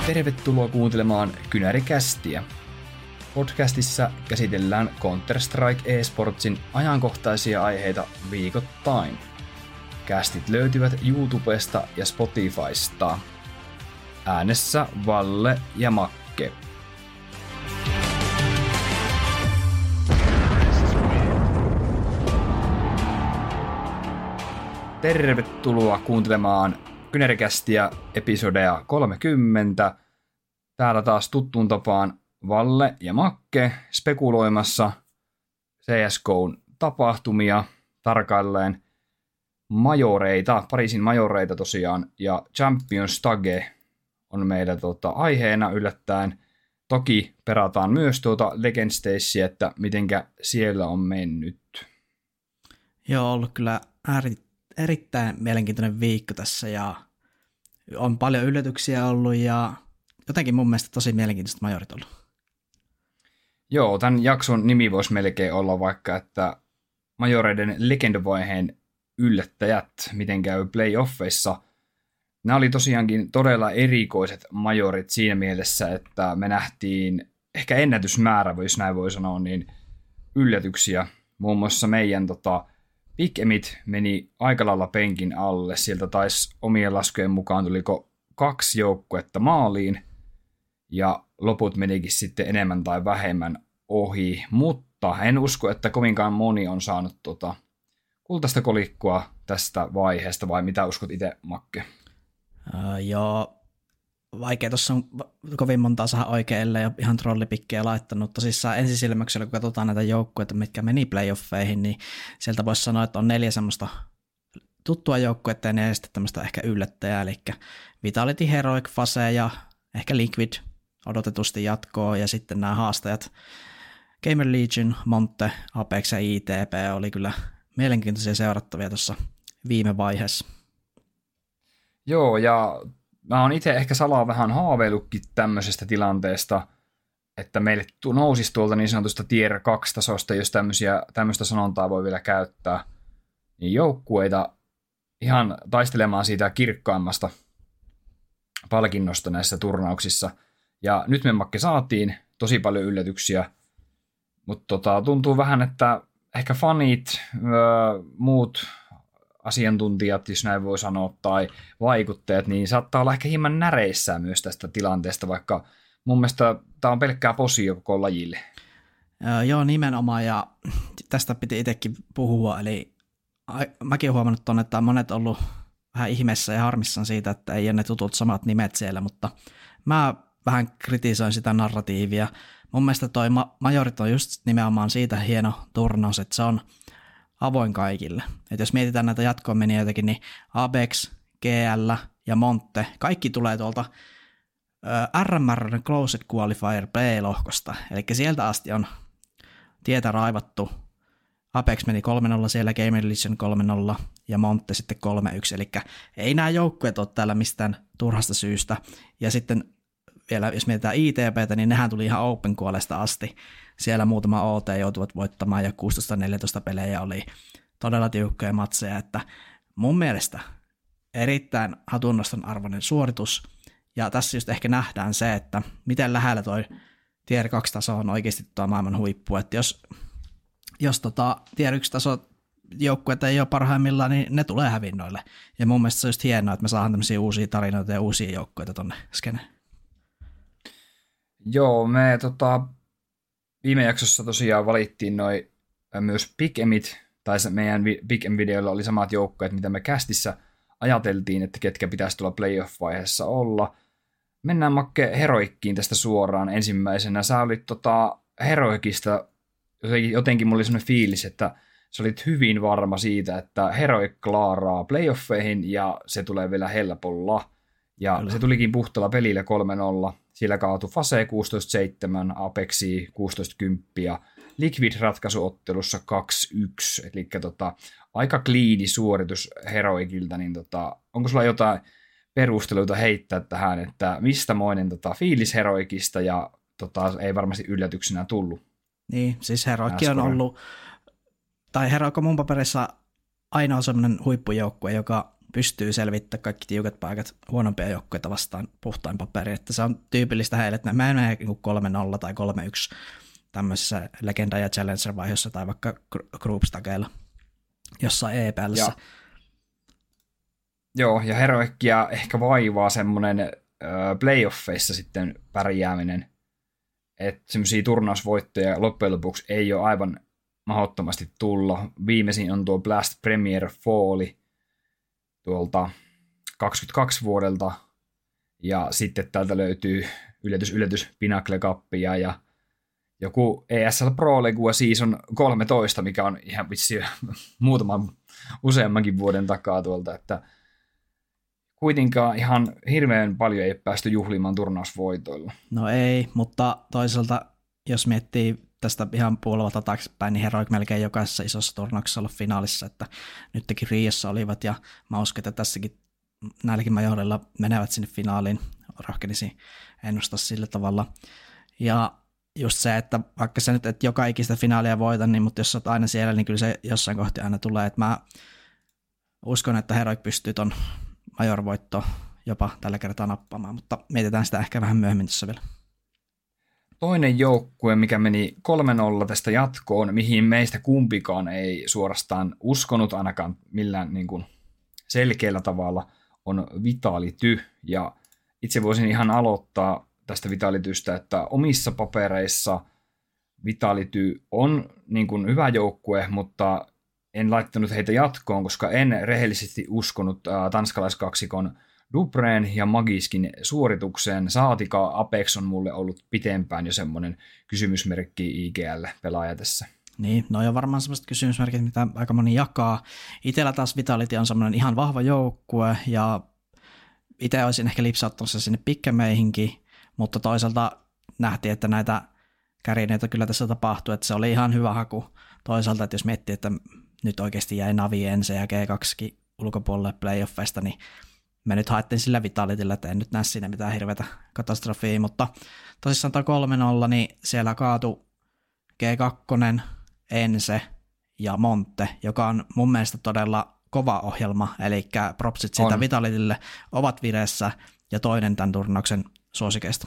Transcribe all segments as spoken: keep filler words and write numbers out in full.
Tervetuloa kuuntelemaan Kynärikästiä. Podcastissa käsitellään Counter-Strike eSportsin ajankohtaisia aiheita viikoittain. Kästit löytyvät YouTubesta ja Spotifysta. Äänessä Valle ja Makke. Tervetuloa kuuntelemaan Kynärikästiä episodea kolmekymmentä. Täällä taas tuttuun tapaan Valle ja Makke spekuloimassa C S G O:n tapahtumia, tarkalleen majoreita, Pariisin majoreita tosiaan, ja Champions Tage on meillä tota, aiheena yllättäen. Toki perataan myös tuota Legend Stagea, että mitenkä siellä on mennyt. Joo, ollut kyllä ääri, erittäin mielenkiintoinen viikko tässä, ja on paljon yllätyksiä ollut, ja jotenkin mun mielestä tosi mielenkiintoiset majorit ollut. Joo, tämän jakson nimi voisi melkein olla vaikka, että majoreiden legendovaiheen yllättäjät, miten käy playoffeissa. Nämä oli tosiaankin todella erikoiset majorit siinä mielessä, että me nähtiin ehkä ennätysmäärä, jos näin voi sanoa, niin yllätyksiä. Muun muassa meidän tota, Big Emit meni aika lailla penkin alle. Sieltä taisi omien laskujen mukaan tuliko kaksi joukkuetta maaliin, ja loput menikin sitten enemmän tai vähemmän ohi. Mutta en usko, että kovinkaan moni on saanut tota, kultaista kolikkoa tästä vaiheesta, vai mitä uskot itse, Makke? Uh, joo, vaikea tuossa on kovin montaa saada oikein, ellei ole ihan trollipikkejä laittanut. Tosissaan ensisilmäyksellä, kun katsotaan näitä joukkueita, mitkä meni playoffeihin, niin sieltä voisi sanoa, että on neljä semmoista tuttua joukkuetta ja neljä sitten tämmöistä ehkä yllättäjää, eli Vitality, Heroic, Fase ja ehkä Liquid odotetusti jatkoa, ja sitten nämä haastajat Gamer Legion, Monte, Apex ja I T P oli kyllä mielenkiintoisia seurattavia tuossa viime vaiheessa. Joo, ja mä oon itse ehkä salaa vähän haaveillutkin tämmöisestä tilanteesta, että meille nousisi tuolta niin sanotusta tier kaksi tasosta, jos tämmöisiä, tämmöistä sanontaa voi vielä käyttää, niin joukkueita ihan taistelemaan siitä kirkkaimmasta palkinnosta näissä turnauksissa. Ja nyt me Makke saatiin tosi paljon yllätyksiä, mutta tota, tuntuu vähän, että ehkä fanit, öö, muut asiantuntijat, jos näin voi sanoa, tai vaikuttajat, niin saattaa olla ehkä hieman näreissään myös tästä tilanteesta, vaikka mun mielestä tämä on pelkkää posio koko lajille. Öö, joo, nimenomaan, ja tästä piti itsekin puhua, eli mäkin olen huomannut tuonne, että monet on ollut vähän ihmeessä ja harmissaan siitä, että ei ole ne tutut samat nimet siellä, mutta mä vähän kritisoin sitä narratiivia. Mun mielestä toi ma- majorit on just nimenomaan siitä hieno turnaus, että se on avoin kaikille. Et jos mietitään näitä jatkoon menijöitäkin, niin Apex, G L ja Monte, kaikki tulee tuolta ö, R M R Closed Qualifier B-lohkosta, eli sieltä asti on tietä raivattu. Apex meni kolme nolla siellä, Gamer Legion kolme nolla ja Monte sitten kolme yksi, eli ei nämä joukkueet ole täällä mistään turhasta syystä. Ja sitten vielä, jos mietitään I T P:tä, niin nehän tuli ihan open callesta asti. Siellä muutama O T joutuvat voittamaan ja kuusitoista neljätoista pelejä oli todella tiukkoja matseja, että mun mielestä erittäin hatunnoston arvoinen suoritus. Ja tässä just ehkä nähdään se, että miten lähellä toi tier kaksi taso on oikeasti tuo maailman huippu, että jos jos tota tier yksi taso joukkueet ei ole parhaimmillaan, niin ne tulee hävinnoille. Ja mun mielestä se on just hienoa, että me saadaan tämmöisiä uusia tarinoita ja uusia joukkueita tonne skeneen. Joo, me tota, viime jaksossa tosiaan valittiin noi myös Big Emit, tai meidän Big Em-videolla oli samat joukkueet, mitä me kästissä ajateltiin, että ketkä pitäisi tulla playoff-vaiheessa olla. Mennään Makke Heroikkiin tästä suoraan ensimmäisenä. Sä olit tota, Heroikista, jotenkin mulla oli sellainen fiilis, että sä olit hyvin varma siitä, että Heroic klaaraa playoffeihin ja se tulee vielä helpolla. Ja Kyllä. se tulikin puhtaalla pelillä kolme nolla. Siellä kaatui Fase kuusitoista seitsemän, Apexi kuusitoista kymmenen ja Liquid-ratkaisuottelussa kaksi yksi. Eli tota, aika kliini suoritus Heroicilta. Niin tota, onko sulla jotain perusteluita heittää tähän, että mistä moinen tota, fiilis Heroicista ja tota, ei varmasti yllätyksenä tullut? Niin, siis Heroic on ollut, tai Heroic on mun paperissa ainoa semmoinen huippujoukkue, joka pystyy selvittämään kaikki tiukat paikat huonompia joukkoja vastaan puhtain paperin, että se on tyypillistä heille, että mä en ole kolme nolla tai kolme yksi tämmöisessä Legenda- ja Challenger-vaiheessa tai vaikka Group-stageilla jossain E P L:ssä. Ja, joo, ja Heroicia ehkä vaivaa semmoinen äh, playoffeissa sitten pärjääminen, että semmoisia turnausvoittoja loppujen lopuksi ei ole aivan mahdottomasti tulla. Viimeisin on tuo Blast Premier Falli tuolta kaksikymmentäkaksi vuodelta, ja sitten täältä löytyy yllätys, yllätys, Pinnacle Cupia ja joku E S L Pro League Season kolmetoista, mikä on ihan vitsi muutaman useammankin vuoden takaa tuolta, että kuitenkaan ihan hirveän paljon ei päästy juhlimaan turnausvoitoilla. No ei, mutta toisaalta jos miettii tästä ihan puolelta taaksepäin, niin Heroic melkein jokaisessa isossa turnauksessa ollut finaalissa, että nytkin Riossa olivat, ja mä uskon, että tässäkin näilläkin majohdilla menevät sinne finaaliin, rohkenisin ennustaa sillä tavalla. Ja just se, että vaikka sä nyt et joka ikistä finaalia voita, niin mutta jos sä oot aina siellä, niin kyllä se jossain kohti aina tulee, että mä uskon, että Heroic pystyy ton majorvoittoon jopa tällä kertaa nappaamaan, mutta mietitään sitä ehkä vähän myöhemmin tässä vielä. Toinen joukkue, mikä meni kolme nolla tästä jatkoon, mihin meistä kumpikaan ei suorastaan uskonut ainakaan millään niin kuin selkeällä tavalla, on Vitality. Ja itse voisin ihan aloittaa tästä Vitalitystä, että omissa papereissa Vitality on niin kuin hyvä joukkue, mutta en laittanut heitä jatkoon, koska en rehellisesti uskonut äh, tanskalaiskaksikon Dubreen ja Magiskin suoritukseen. Saatika Apex on mulle ollut pitempään jo semmoinen kysymysmerkki I G L-pelaaja tässä. Niin, no on varmaan semmoiset kysymysmerkit, mitä aika moni jakaa. Itellä taas Vitality on semmoinen ihan vahva joukkue, ja itse olisin ehkä lipsauttanut se sinne pikkemeihinkin, mutta toisaalta nähtiin, että näitä kärineitä kyllä tässä tapahtui, että se oli ihan hyvä haku. Toisaalta, että jos miettii, että nyt oikeasti jäi Navi ensin ja G kaksi ulkopuolelle playoffeista, niin me nyt haettiin sillä Vitalityllä, että en nyt näe siinä mitään hirveätä katastrofia, mutta tosissaan tuo kolme nolla, niin siellä kaatui G kaksi, Ense ja Monte, joka on mun mielestä todella kova ohjelma, eli propsit siitä on. Vitalitylle ovat vireessä ja toinen tämän turnauksen suosikeista.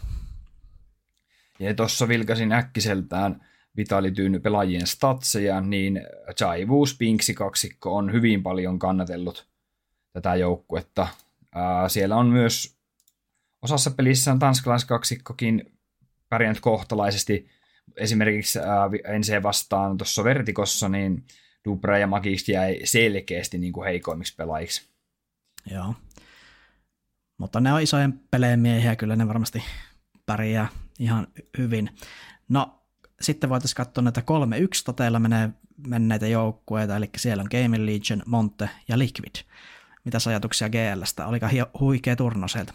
Ja tuossa vilkasin äkkiseltään Vitalityn pelaajien statseja, niin Jaivu Spinksi kaksikko on hyvin paljon kannatellut tätä joukkuetta. Ää, siellä on myös osassa pelissä on tanskalaiskaksikkokin pärjännyt kohtalaisesti. Esimerkiksi ää, ensin vastaan tuossa Vertikossa, niin Dubre ja Magix jäi selkeästi niin kuin heikoimmiksi pelaajiksi. Joo, mutta ne on isojen pelejä miehiä, kyllä ne varmasti pärjää ihan hyvin. No, sitten voitaisiin katsoa näitä kolme yksi toteilla menee, menneitä joukkueita, eli siellä on Gaming Legion, Monte ja Liquid. Mitäs ajatuksia G L:stä? Oliko huikea turno sieltä?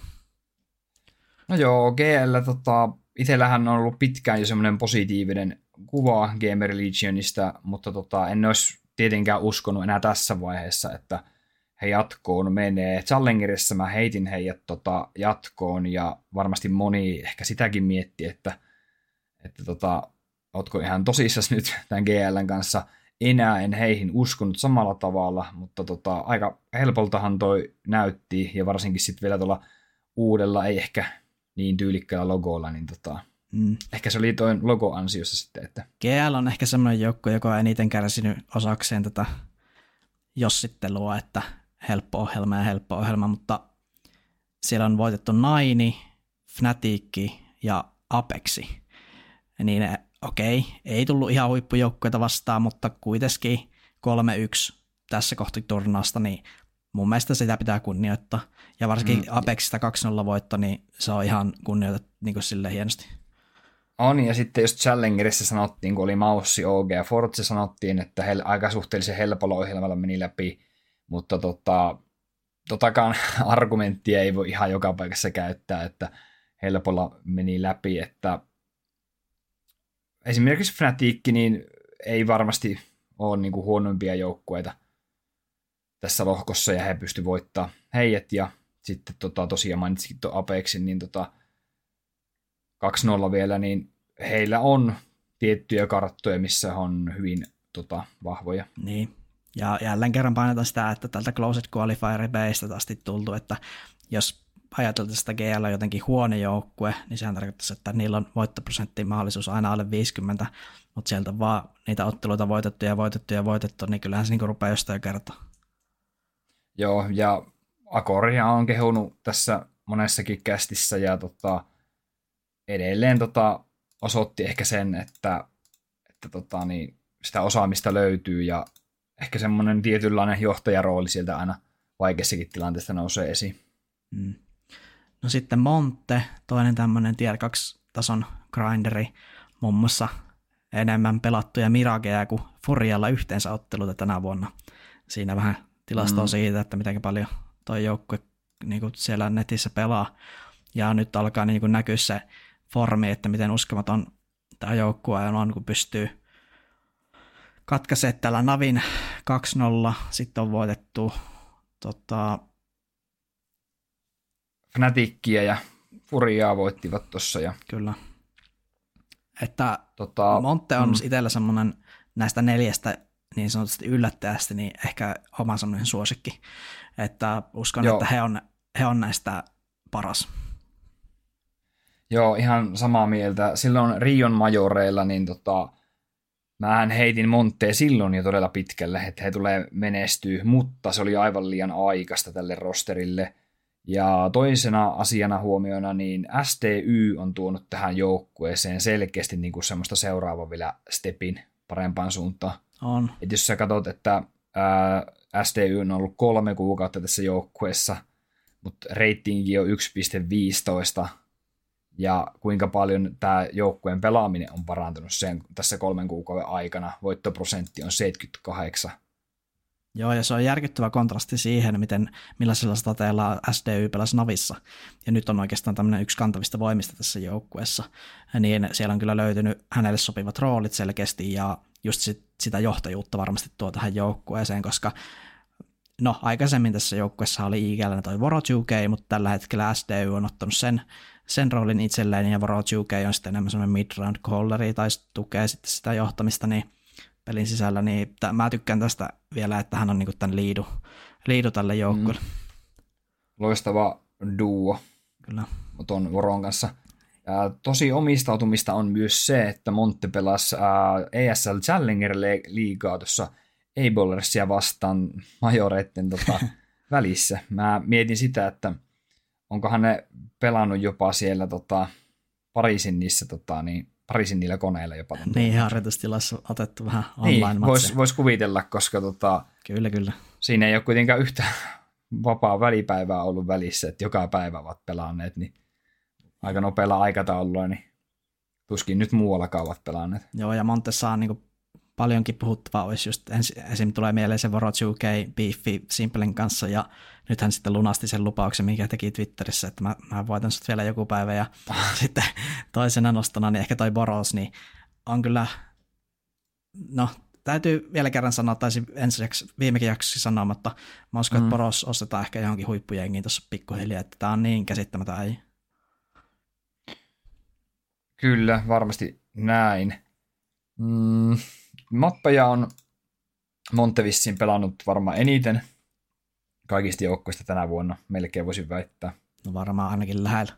No joo, G L, tota, itsellähän on ollut pitkään jo semmoinen positiivinen kuva Gamer Legionista, mutta tota, en olisi tietenkään uskonut enää tässä vaiheessa, että he jatkoon menee. Challengerissa mä heitin heidät tota, jatkoon, ja varmasti moni ehkä sitäkin mietti, että, että tota, ootko ihan tosissasi nyt tämän G L:n kanssa. Enää en heihin uskonut samalla tavalla, mutta tota, aika helpoltahan toi näytti, ja varsinkin sitten vielä tuolla uudella, ei ehkä niin tyylikkäällä logolla, niin tota, mm. ehkä se oli toi logo ansiossa sitten. Että G L on ehkä semmoinen joukko, joka on eniten kärsinyt osakseen tätä jossittelua, että helppo ohjelma ja helppo ohjelma, mutta siellä on voitettu Naini, Fnatic ja Apexi. Niin okei, ei tullut ihan huippujoukkoita vastaan, mutta kuitenkin kolme yksi tässä kohti turnausta, niin mun mielestä sitä pitää kunnioittaa. Ja varsinkin mm. Apexista kaksi nolla voitto, niin se on ihan kunnioitettu niin kuin silleen hienosti. On, ja sitten just Challengerissa sanottiin, kun oli Maussi, O G ja Forza, sanottiin, että hel- aika suhteellisen helpolla ohjelmalla meni läpi, mutta tota, totakaan argumenttia ei voi ihan joka paikassa käyttää, että helpolla meni läpi, että esimerkiksi Fnatic niin ei varmasti ole niin kuin huonoimpia joukkueita tässä lohkossa, ja he pysty voittamaan heidät, ja sitten tota, tosiaan mainitsikin tuon Apexin, niin tota, kaksi nolla vielä, niin heillä on tiettyjä karttoja, missä on hyvin tota, vahvoja. Niin, Ja jälleen kerran painetaan sitä, että tältä Closed Qualifier B:stä asti tultu, että jos ajateltaisiin sitä G L on jotenkin huono joukkue, niin sehän tarkoittaisi, että niillä on voittoprosenttiin mahdollisuus aina alle viisikymmentä, mutta sieltä on vaan niitä otteluita voitettu ja voitettu ja voitettu, niin kyllähän se niin rupeaa jostain kertoa. Joo, ja Akoria on kehunut tässä monessakin kästissä, ja tota, edelleen tota, osoitti ehkä sen, että, että tota, niin, sitä osaamista löytyy, ja ehkä semmoinen tietynlainen johtajarooli sieltä aina vaikeassakin tilanteessa nousee esiin. Mm. No sitten Monte, toinen tämmöinen tier kaksi tason grinderi, muun muassa enemmän pelattuja Mirageja kuin Furialla yhteensä otteluita tänä vuonna. Siinä vähän tilastoa mm. siitä, että miten paljon toi joukkue niin kuin siellä netissä pelaa. Ja nyt alkaa niin kuin näkyä se formi, että miten uskomaton tämä joukkue on, kun pystyy katkaisemaan tällä Navin kaksi nolla. Sitten on voitettu tota, Fnatickia ja Furiaa voittivat tuossa. Ja... Kyllä. Että tota, Monte on mm. itsellä semmoinen näistä neljästä niin sanotusti yllättävästi, niin ehkä oma semmoinen suosikki. Että uskon, Joo. että he on, he on näistä paras. Joo, ihan samaa mieltä. Silloin Rion majoreilla, niin tota, mähän heitin Montea silloin jo todella pitkälle, että he tulee menestyä, mutta se oli aivan liian aikaista tälle rosterille. Ja toisena asiana huomioina, niin S T Y on tuonut tähän joukkueeseen selkeästi niin kuin semmoista seuraava vielä stepin parempaan suuntaan. On. Et jos sä katsot, että ää, S T Y on ollut kolme kuukautta tässä joukkueessa, mutta ratingi on yksi pilkku viisitoista, ja kuinka paljon tämä joukkueen pelaaminen on parantunut sen, tässä kolmen kuukauden aikana. Voittoprosentti on seitsemänkymmentäkahdeksan. Joo, ja se on järkyttävä kontrasti siihen, miten, millaisella stateella S D Y pelasi Navissa. Ja nyt on oikeastaan tämmöinen yksi kantavista voimista tässä joukkueessa. Niin siellä on kyllä löytynyt hänelle sopivat roolit selkeästi, ja just sit, sitä johtajuutta varmasti tuo tähän joukkueeseen, koska no aikaisemmin tässä joukkueessa oli ikällä toi Vorochukei, mutta tällä hetkellä S D Y on ottanut sen, sen roolin itselleen, ja Vorochukei on sitten enemmän semmoinen mid-round calleri, tai tukee sitten sitä johtamista, niin pelin sisällä, niin t- mä tykkään tästä vielä, että hän on niinku tämän liidu, liidu tälle joukkueelle. Mm. Loistava duo Kyllä. ton Voron kanssa. Ja tosi omistautumista on myös se, että Monte pelasi ää, A S L Challenger-liigaa tuossa A-Ballersia vastaan majoreiden tota, välissä. Mä mietin sitä, että onkohan ne pelannut jopa siellä tota, Pariisin niissä tota, niin, Pariisin niillä koneilla jopa. Niin, harjoitustilassa otettu vähän online-matseja. Niin, voisi vois kuvitella, koska tota, kyllä, kyllä. Siinä ei ole kuitenkaan yhtä vapaa välipäivää ollut välissä, että joka päivä ovat pelanneet, niin aika nopealla aikataululla, niin tuskin nyt muuallakaan ovat pelanneet. Joo, ja Montessa on niin paljonkin puhuttavaa, olisi just esim. Tulee mieleen se Vorochukei beefi Simplen kanssa, ja nyt hän sitten lunasti sen lupauksen, mikä teki Twitterissä, että mä, mä voitan sut vielä joku päivä, ja sitten toisena nostona, niin ehkä toi Boros, niin on kyllä, no täytyy vielä kerran sanoa, taisin ensi jakso, viimekin jaksossa sanoa, mutta mä uskon, mm. että Boros ostetaan ehkä johonkin huippujengiin tuossa pikkuhiljaa, että tää on niin käsittämätön äijä. Kyllä, varmasti näin. Mm, mappeja on Montevissin pelannut varmaan eniten kaikista joukkoista tänä vuonna, melkein voisin väittää. No varmaan ainakin lähellä.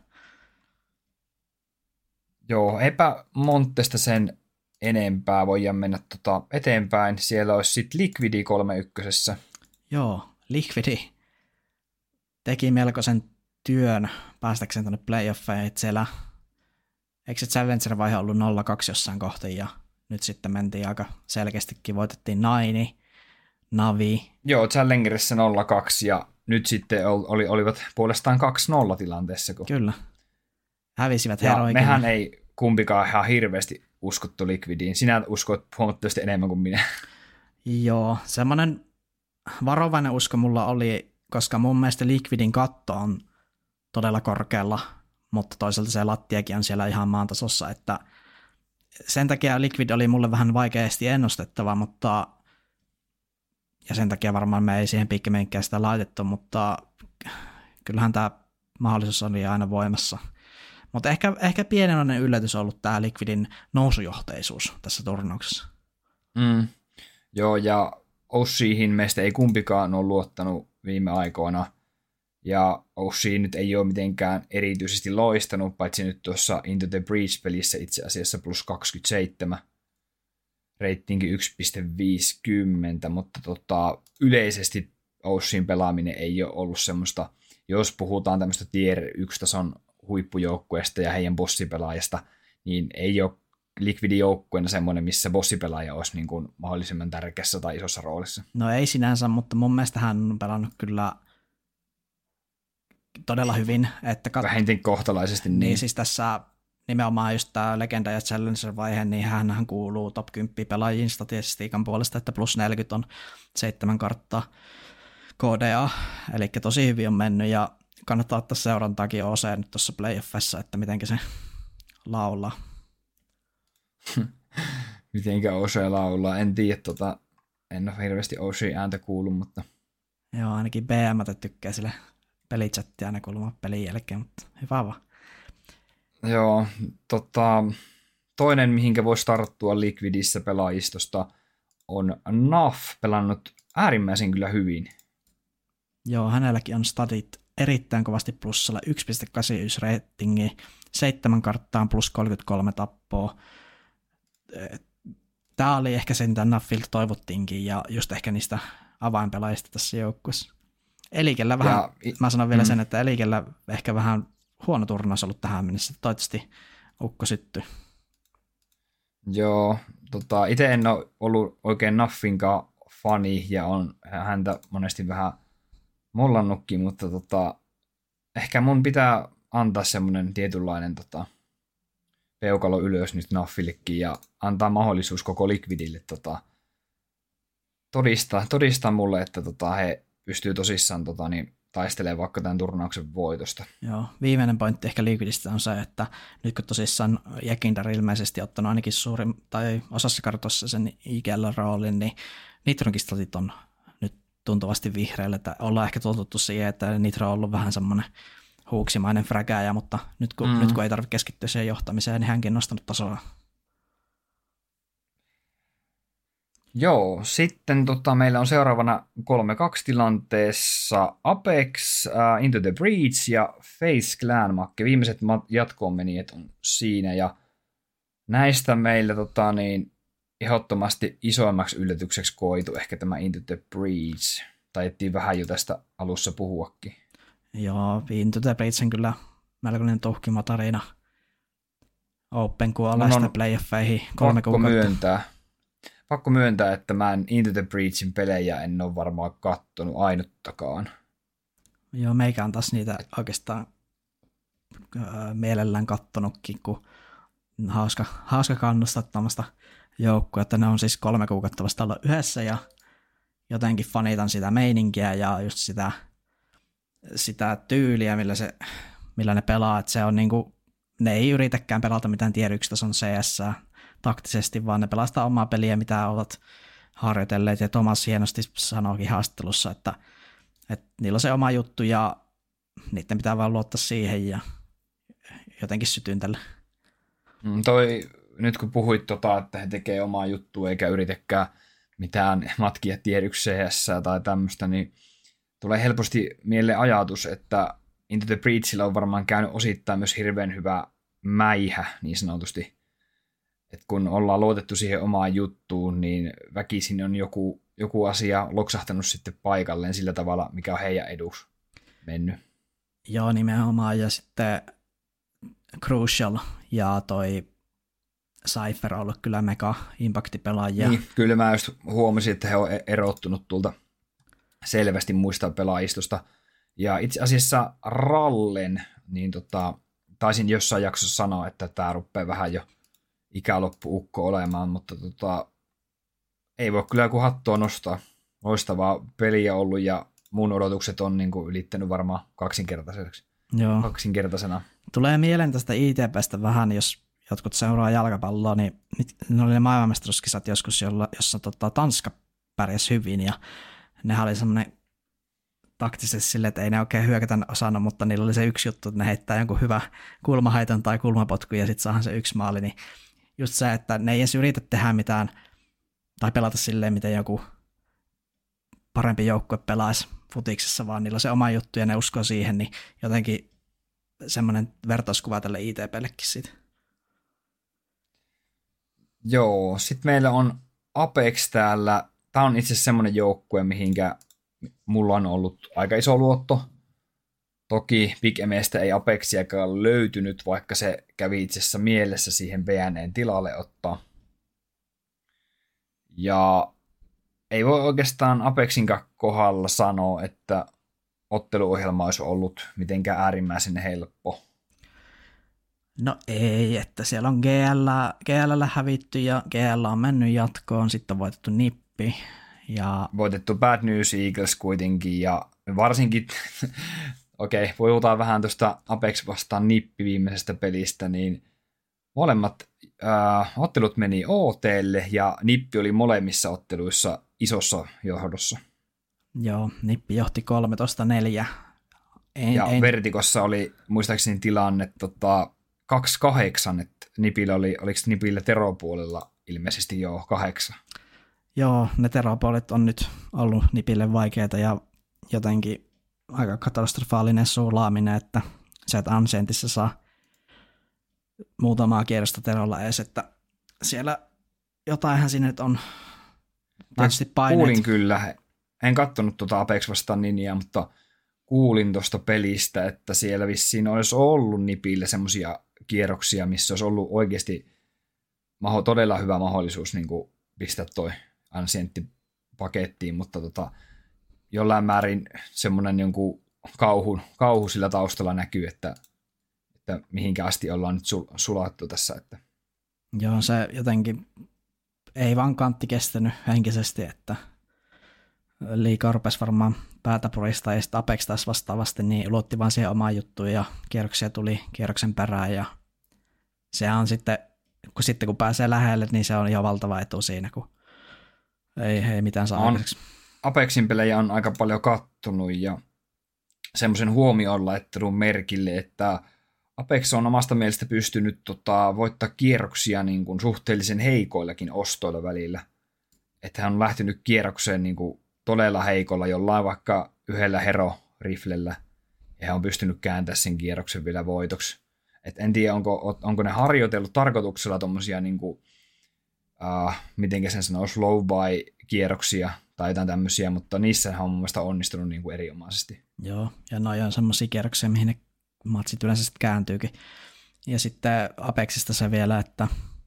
Joo, eipä Montesta sen enempää voidaan mennä tota eteenpäin. Siellä olisi sitten Liquidi kolme ykkösessä. Joo, Liquidi teki melkoisen työn päästäkseen tuonne playoffeihin, että siellä eikö se Challenger-vaihe ollut nolla kaksi jossain kohti, ja nyt sitten mentiin aika selkeästikin, voitettiin Naini, Navi. Joo, Challengerissa nolla kaksi, ja nyt sitten oli, olivat puolestaan kaksi nolla tilanteessa. Kun... Kyllä, hävisivät ja heroikin. Mehän ei kumpikaan ihan hirveästi uskottu Liquidiin. Sinä uskot huomattavasti enemmän kuin minä. Joo, semmoinen varovainen usko mulla oli, koska mun mielestä Liquidin katto on todella korkealla, mutta toisaalta se lattiakin on siellä ihan maan tasossa, että sen takia Liquid oli mulle vähän vaikeasti ennustettava, mutta ja sen takia varmaan me ei siihen pikkemeinkään sitä laitettu, mutta kyllähän tämä mahdollisuus oli aina voimassa. Mutta ehkä, ehkä pienenoinen yllätys on ollut tämä Liquidin nousujohteisuus tässä turnauksessa. Mm. Joo, ja Ossiihin meistä ei kumpikaan ole luottanut viime aikoina. Ja Ossi nyt ei ole mitenkään erityisesti loistanut, paitsi nyt tuossa Into the Breach-pelissä itse asiassa plus kaksikymmentäseitsemän. Ratingi yksi pilkku viisikymmentä, mutta tota, yleisesti Ossin pelaaminen ei ole ollut semmoista, jos puhutaan tämmöistä tier yksi-tason huippujoukkueesta ja heidän bossipelaajasta, niin ei ole Liquid-joukkueena semmoinen, missä bossipelaaja olisi niin kuin mahdollisimman tärkeässä tai isossa roolissa. No ei sinänsä, mutta mun mielestä hän on pelannut kyllä todella hyvin. Että kat- Vähintään kohtalaisesti. Niin. niin siis tässä nimenomaan just tämä Legenda ja Challenger-vaihe, niin hänhän kuuluu top kymmenen pelaajien statistiikan puolesta, että plus neljäkymmentä on seitsemän karttaa K D A, eli tosi hyvin on mennyt, ja kannattaa ottaa seurantaakin O C nyt tuossa playoffissa, että mitenkä se laulaa. Mitenkä O C laulaa, en tiedä, tota, en ole hirveästi O C-ääntä kuullut, mutta... Joo, ainakin B M tykkää sille pelichattia aina kuulemaan pelin jälkeen, mutta hyvä vaan. Joo, tota, toinen, mihinkä voisi tarttua Liquidissä pelaajistosta, on Naf, pelannut äärimmäisen kyllä hyvin. Joo, hänelläkin on stadit erittäin kovasti plussalla, yksi pilkku kahdeksankymmentäyksi ratingi, seitsemän karttaan plus kolmekymmentäkolme tappoa. Tämä oli ehkä se, mitä Nafilta toivottiinkin, ja just ehkä niistä avainpelaajista tässä joukkueessa. Elikellä vähän, ja, mä sanon vielä mm. sen, että Elikellä ehkä vähän huono turnaus ollut tähän mennessä, toivottavasti ukko syttyy. Joo, tota, itse en ole ollut oikein Naffinkaan fani, ja on häntä monesti vähän mollannutkin, mutta tota, ehkä mun pitää antaa semmoinen tietynlainen tota, peukalo ylös nyt Naffillekin ja antaa mahdollisuus koko Liquidille tota, todistaa, todistaa mulle, että tota, he pystyy tosissaan tota, niin, taistelemaan vaikka tämän turnauksen voitosta. Joo, viimeinen pointti ehkä Liquidistä on se, että nyt kun tosissaan Jäkindar ilmeisesti ottanut ainakin suurin, tai osassa kartossa sen I G L-roolin, niin Nitronkin statit on nyt tuntuvasti vihreällä, että ollaan ehkä totuttu siihen, että Nitro on ollut vähän semmoinen huuksimainen frägääjä, mutta nyt kun, mm. nyt kun ei tarvitse keskittyä siihen johtamiseen, niin hänkin on nostanut tasoa. Joo, sitten tota, meillä on seuraavana kolme kaksi tilanteessa Apex, uh, Into the Breach ja Face Clan Makke. Viimeiset jatkoon menijät on siinä, ja näistä meillä tota, niin, ehdottomasti isoimmaksi yllätykseksi koitu ehkä tämä Into the Breach. Taittiin vähän jo tästä alussa puhuakin. Joo, Into the Breach on kyllä melkoinen tuhkima tarina. Open kuolleista playoffeihin kolme pakko kuukautta. Myöntää. Pakko myöntää, että mä en Into the Breachin pelejä en ole varmaan kattonut ainuttakaan. Joo, meikä on taas niitä oikeastaan äh, mielellään kattonutkin, kun hauska, hauska kannustaa tämmöistä joukkoa, että ne on siis kolme kuukautta vasta ollut yhdessä ja jotenkin fanitan sitä meininkiä ja just sitä, sitä tyyliä, millä, se, millä ne pelaa, että se on niinku, ne ei yritäkään pelata mitään tier yksi tason C S taktisesti, vaan ne pelastaa omaa peliä, mitä ovat harjoitelleet, ja Thomas hienosti sanoikin haastattelussa, että, että niillä on se oma juttu, ja niiden pitää vaan luottaa siihen, ja jotenkin sytyn tälle. Mm, toi, nyt kun puhuit, tota, että he tekee omaa juttua, eikä yritäkään mitään matkia tier yksi C S tai tämmöistä, niin tulee helposti mieleen ajatus, että Into the Breachillä on varmaan käynyt osittain myös hirveän hyvä mäihä, niin sanotusti. Et kun ollaan luotettu siihen omaan juttuun, niin väkisin on joku, joku asia loksahtanut sitten paikalleen sillä tavalla, mikä on heidän eduksi mennyt. Joo, nimenomaan. Ja sitten Crucial ja toi Cypher on ollut kyllä mega impactipelaajia. Niin, kyllä mä just huomasin, että he on erottunut tuolta selvästi muista pelaajistosta. Ja itse asiassa Rallen, niin tota, taisin jossain jaksossa sanoa, että tämä rupeaa vähän jo ikäloppu-ukko olemaan, mutta tota, ei voi kyllä kuin hattua nostaa. Loistavaa peliä ollut ja mun odotukset on niin kuin ylittänyt varmaan kaksinkertaiseksi. Joo. kaksinkertaisena. Tulee mieleen tästä I T P:stä vähän, jos jotkut seuraa jalkapalloa, niin ne oli ne maailmanmestaruuskisat joskus, jolla, jossa tota, Tanska pärjäsi hyvin ja nehän oli semmoinen taktisesti silleen, että ei ne oikein hyökätä osannut, mutta niillä oli se yksi juttu, että ne heittää jonkun hyvä kulmahaiton tai kulmapotku ja sitten saahan se yksi maali, niin just se, että ne ei edes yritä tehdä mitään tai pelata silleen, miten joku parempi joukkue pelaisi futiksessa, vaan niillä on se oma juttu ja ne uskoo siihen, niin jotenkin semmoinen vertauskuva tälle I T P:llekin siitä. Joo, sitten meillä on Apex täällä. Tämä on itse asiassa semmoinen joukkue, mihinkä mulla on ollut aika iso luotto. Toki Big M:stä ei Apexiakaan löytynyt, vaikka se kävi itse asiassa mielessä siihen B N E:n tilalle ottaa. Ja ei voi oikeastaan Apexin kohdalla sanoa, että otteluohjelma olisi ollut mitenkään äärimmäisen helppo. No ei, että siellä on G L, G L hävitty ja G L on mennyt jatkoon, sitten on voitettu nippi. Ja voitettu Bad News Eagles kuitenkin ja varsinkin, okei, okay, puhutaan vähän tuosta Apex vastaan nippi viimeisestä pelistä, niin molemmat äh, ottelut meni O T:lle ja nippi oli molemmissa otteluissa isossa johdossa. Joo, nippi johti kolmetoista neljä. En, ja en... Vertikossa oli muistaakseni tilanne tota, kaksi kahdeksan, että nipillä oli, oliko nipillä teropuolella ilmeisesti jo kahdeksan. Joo, ne teropuolet on nyt ollut nipille vaikeita ja jotenkin aika katastrofaalinen suulaaminen, että sä et Ancientissa saa muutamaa kierrosta terolla edes, että siellä jotainhan sinne on tietysti paineet. Kuulin kyllä, en katsonut tuota Apex vastaan Ninjaa, mutta kuulin tuosta pelistä, että siellä vissiin olisi ollut nipille semmoisia kierroksia, missä olisi ollut oikeasti maho, todella hyvä mahdollisuus niin kuin pistää toi Ancientti pakettiin, mutta tota, jollain määrin semmoinen jonkun kauhu, kauhu sillä taustalla näkyy, että, että mihinkä asti ollaan nyt sul, sulattu tässä. Että. Joo, se jotenkin ei vaan kantti kestänyt henkisesti, että liikaa rupesi varmaan päätä purista ja sitten Apex taas vastaavasti, niin luotti vaan siihen omaan juttuun ja kierroksia tuli kierroksen perään ja se on sitten, kun sitten kun pääsee lähelle, niin se on ihan valtava etu siinä, kun ei, ei mitään saa aikaiseksi. Apexin pelejä on aika paljon kattonut ja semmoisen huomioon laittelun merkille, että Apex on omasta mielestä pystynyt tota, voittaa kierroksia niin kuin suhteellisen heikoillakin ostoilla välillä. Että hän on lähtenyt kierrokseen niin kuin todella heikolla jollain vaikka yhdellä hero-riflellä ja hän on pystynyt kääntämään sen kierroksen vielä voitoksi. Et en tiedä, onko, onko ne harjoitellut tarkoituksella tommosia niin kuin, uh, mitenkä sen sanoo, slow by kierroksia tai jotain tämmöisiä, mutta niissä hän on mun mielestä onnistunut niin kuin erinomaisesti. Joo, ja noi on semmoisia kierroksia, mihin ne matsit yleensä sitten kääntyykin. Ja sitten Apexista se vielä, että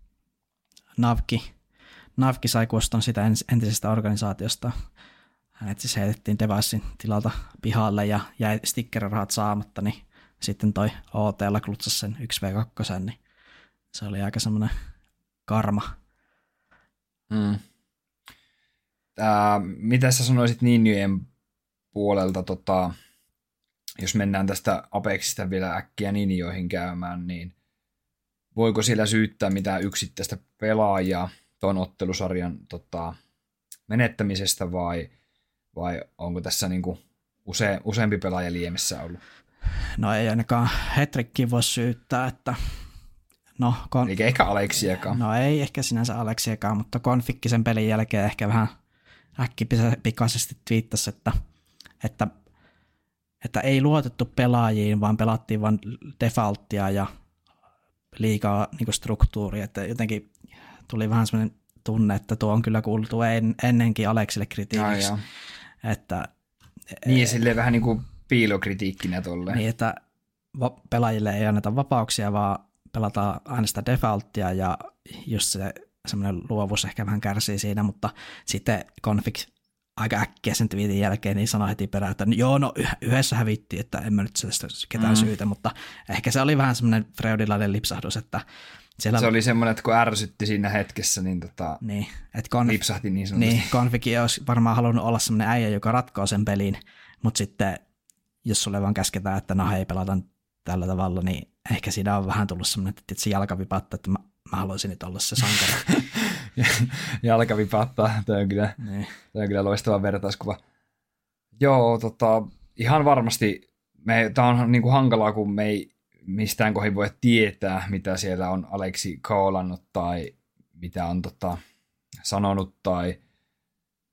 Navki, Navki sai kuoston sitä entisestä organisaatiosta. Hänet siis heitettiin Devicein tilalta pihalle ja jäi stickerirahat saamatta, niin sitten toi O T:llä klutsasi sen yksi vastaan kaksi, niin se oli aika semmoinen karma. Mm. Äh, mitä sä sanoisit Ninjojen puolelta, tota, jos mennään tästä Apexista vielä äkkiä Ninjoihin käymään, niin voiko siellä syyttää mitään yksittäistä pelaajaa tuon ottelusarjan tota, menettämisestä vai, vai onko tässä niinku use, useampi pelaaja liemessä ollut? No ei ainakaan Hetrikkiä voi syyttää, että no... Kon... Eikä ehkä Aleksiakaan. No ei ehkä sinänsä Aleksiakaan, mutta Konfikki sen pelin jälkeen ehkä vähän äkkipikaisesti twiittasi, että, että, että ei luotettu pelaajiin, vaan pelattiin vain defaulttia ja liikaa niin kuin struktuuria, että jotenkin tuli vähän semmoinen tunne, että tuo on kyllä kuultu en, ennenkin Aleksille kritiikiksi. No, että, niin, silleen vähän niin kuin piilokritiikkinä tolleen. Niin, että va- pelaajille ei anneta vapauksia, vaan pelataan aina sitä defaulttia ja just se semmoinen luovuus ehkä vähän kärsii siinä, mutta sitten Config aika äkkiä sen tweetin jälkeen niin sanoi heti perään, että joo, no yhdessä hävittiin, että en mä nyt sitä ketään mm. syytä, mutta ehkä se oli vähän semmoinen freudilainen lipsahdus, että siellä... Se oli semmoinen, että kun ärsytti siinä hetkessä, niin, tota, niin että konf... lipsahti niin sanotusti. Niin, Config olisi varmaan halunnut olla semmoinen äijä, joka ratkoo sen pelin, mutta sitten jos sulle vaan käsketään, että no hei, pelataan tällä tavalla, niin ehkä siinä on vähän tullut semmoinen, että se jalka vipattaa, että mä, mä haluaisin nyt olla se sankari. Jalka vipattaa, tämä on kyllä, niin. Tämä on kyllä loistava vertauskuva. Joo, tota, ihan varmasti, me, tämä on niin kuin hankalaa, kun me ei mistään kohin voi tietää, mitä siellä on Aleksi kaolannut tai mitä on tota, sanonut tai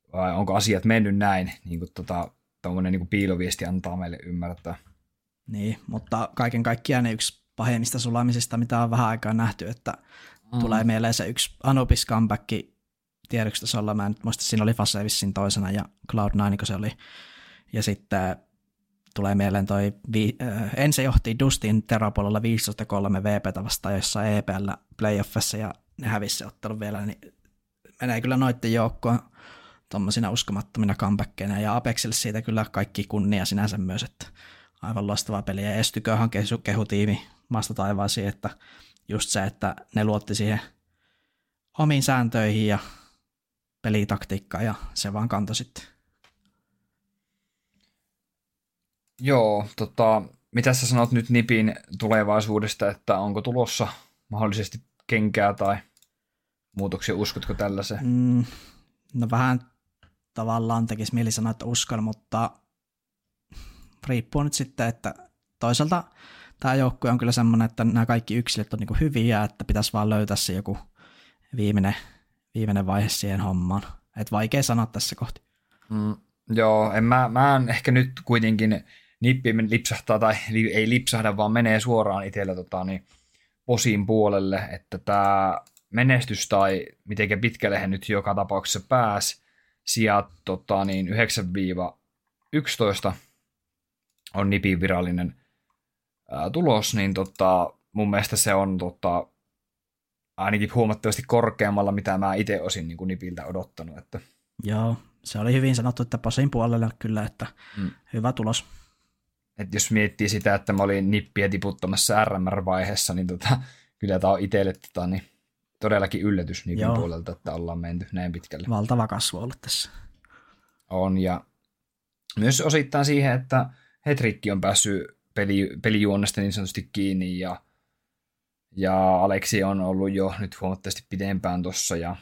vai onko asiat mennyt näin, niin kuin tota, tuommoinen niin kuin piiloviesti antaa meille ymmärtää. Niin, mutta kaiken kaikkiaan ne yksi pahimmista sulamisista, mitä on vähän aikaa nähty, että mm. tulee mieleen se yksi Anubis comeback tiedotustasolla, mä en nyt muista, siinä oli Fase vissiin toisena ja Cloud nine, kun se oli, ja sitten tulee mieleen toi, vi- äh, ensin johti Dustin Terapuolella viisitoista kolme V P:tä vastaan jossain E P L playoffissa, ja ne hävisi se ottelu vielä, niin menee kyllä noitten joukkoon tuommoisina uskomattomina comebackkeina, ja Apexille siitä kyllä kaikki kunnia sinänsä myös, että aivan loistava peli, ja Estyköhän kehu, kehu tiimi maasta taivaasiin, että just se, että ne luotti siihen omiin sääntöihin ja pelitaktiikkaan, ja se vaan kantoi sitten. Joo, tota, mitä sä sanot nyt Nipin tulevaisuudesta, että onko tulossa mahdollisesti kenkää tai muutoksia, uskotko tällaiseen? Mm, no vähän tavallaan tekisi mieli sanoa, että uskon, mutta riippuu nyt sitten, että toisaalta tämä joukkue on kyllä semmoinen, että nämä kaikki yksilöt on niin kuin hyviä, että pitäisi vaan löytää se joku viimeinen, viimeinen vaihe siihen hommaan. Että vaikea sanoa tässä kohti. Mm, joo, en mä, mä en ehkä nyt kuitenkin Nippi lipsahtaa, tai ei lipsahda, vaan menee suoraan itsellä tota, niin, posin puolelle, että tämä menestys tai miten pitkälle he nyt joka tapauksessa pääsi, sijat tota, niin yhdeksän yksitoista on Nipin virallinen ää, tulos, niin tota, mun mielestä se on tota, ainakin huomattavasti korkeammalla, mitä mä itse olisin niin kuin Nipiltä odottanut. Että. Joo, se oli hyvin sanottu, että posin puolella kyllä, että mm. hyvä tulos. Et jos miettii sitä, että mä olin Nippiä tiputtamassa R M R-vaiheessa, niin tota, kyllä tämä on itselle tota, niin todellakin yllätys Nipin Joo. puolelta, että ollaan menty näin pitkälle. Valtava kasvu ollut tässä. On, ja myös osittain siihen, että Hetrikki on päässyt peli, pelijuonnesta niin sanotusti kiinni, ja, ja Aleksi on ollut jo nyt huomattavasti pidempään tuossa. Ja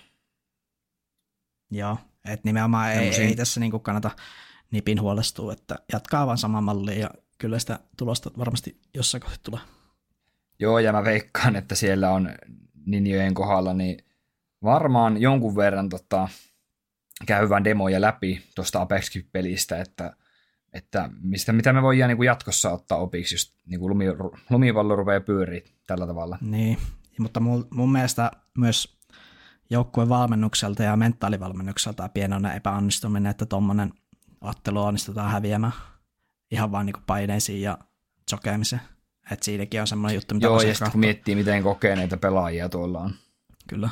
Joo, että nimenomaan ei, ei tässä niinku kannata Nipin huolestua, että jatkaa vaan sama mallia, ja kyllä sitä tulosta varmasti jossain kohti tulee. Joo, ja mä veikkaan, että siellä on Ninjojen kohdalla niin varmaan jonkun verran tota, käyvän demoja läpi tuosta Apex-pelistä, että, että mistä, mitä me voidaan niin kuin jatkossa ottaa opiksi, jos niin kuin lumi, lumipallo rupeaa pyöriä tällä tavalla. Niin, mutta mun, mun mielestä myös joukkueen valmennukselta ja mentaalivalmennukselta pienoinen epäonnistuminen, että tuommoinen ottelu onnistutaan häviämään ihan vaan niin kuin paineisiin ja sokeamiseen. Että siinäkin on semmoinen juttu, mitä Joo, ja sitten kun miettii, miten kokeneita pelaajia tuolla on. Kyllä.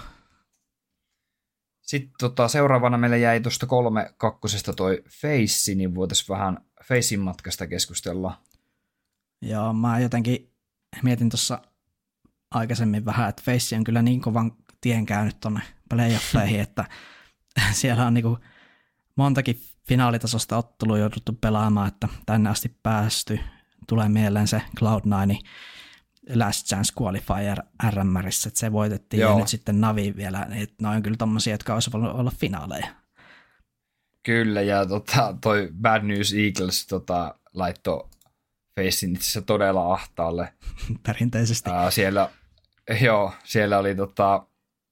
Sitten tota, seuraavana meille jäi tuosta kolme kakkosesta toi Face, niin voitaisiin vähän Facein matkasta keskustella. Joo, mä jotenkin mietin tuossa aikaisemmin vähän, että Face on kyllä niin kovan tien käynyt tuonne playoffeihin, että siellä on niinku montakin finaalitasosta ottelua jouduttu pelaamaan, että tänne asti päästy. Tulee mieleen se Cloud nine Last Chance Qualifier R M R:ssä, että se voitettiin. Joo. Ja nyt sitten Navi vielä, että ne on kyllä tommosia, jotka olisi voinut olla finaaleja. Kyllä, ja tota, toi Bad News Eagles tota, laittoi Facein itse asiassa todella ahtaalle. Perinteisesti. Uh, siellä, joo, siellä oli tota,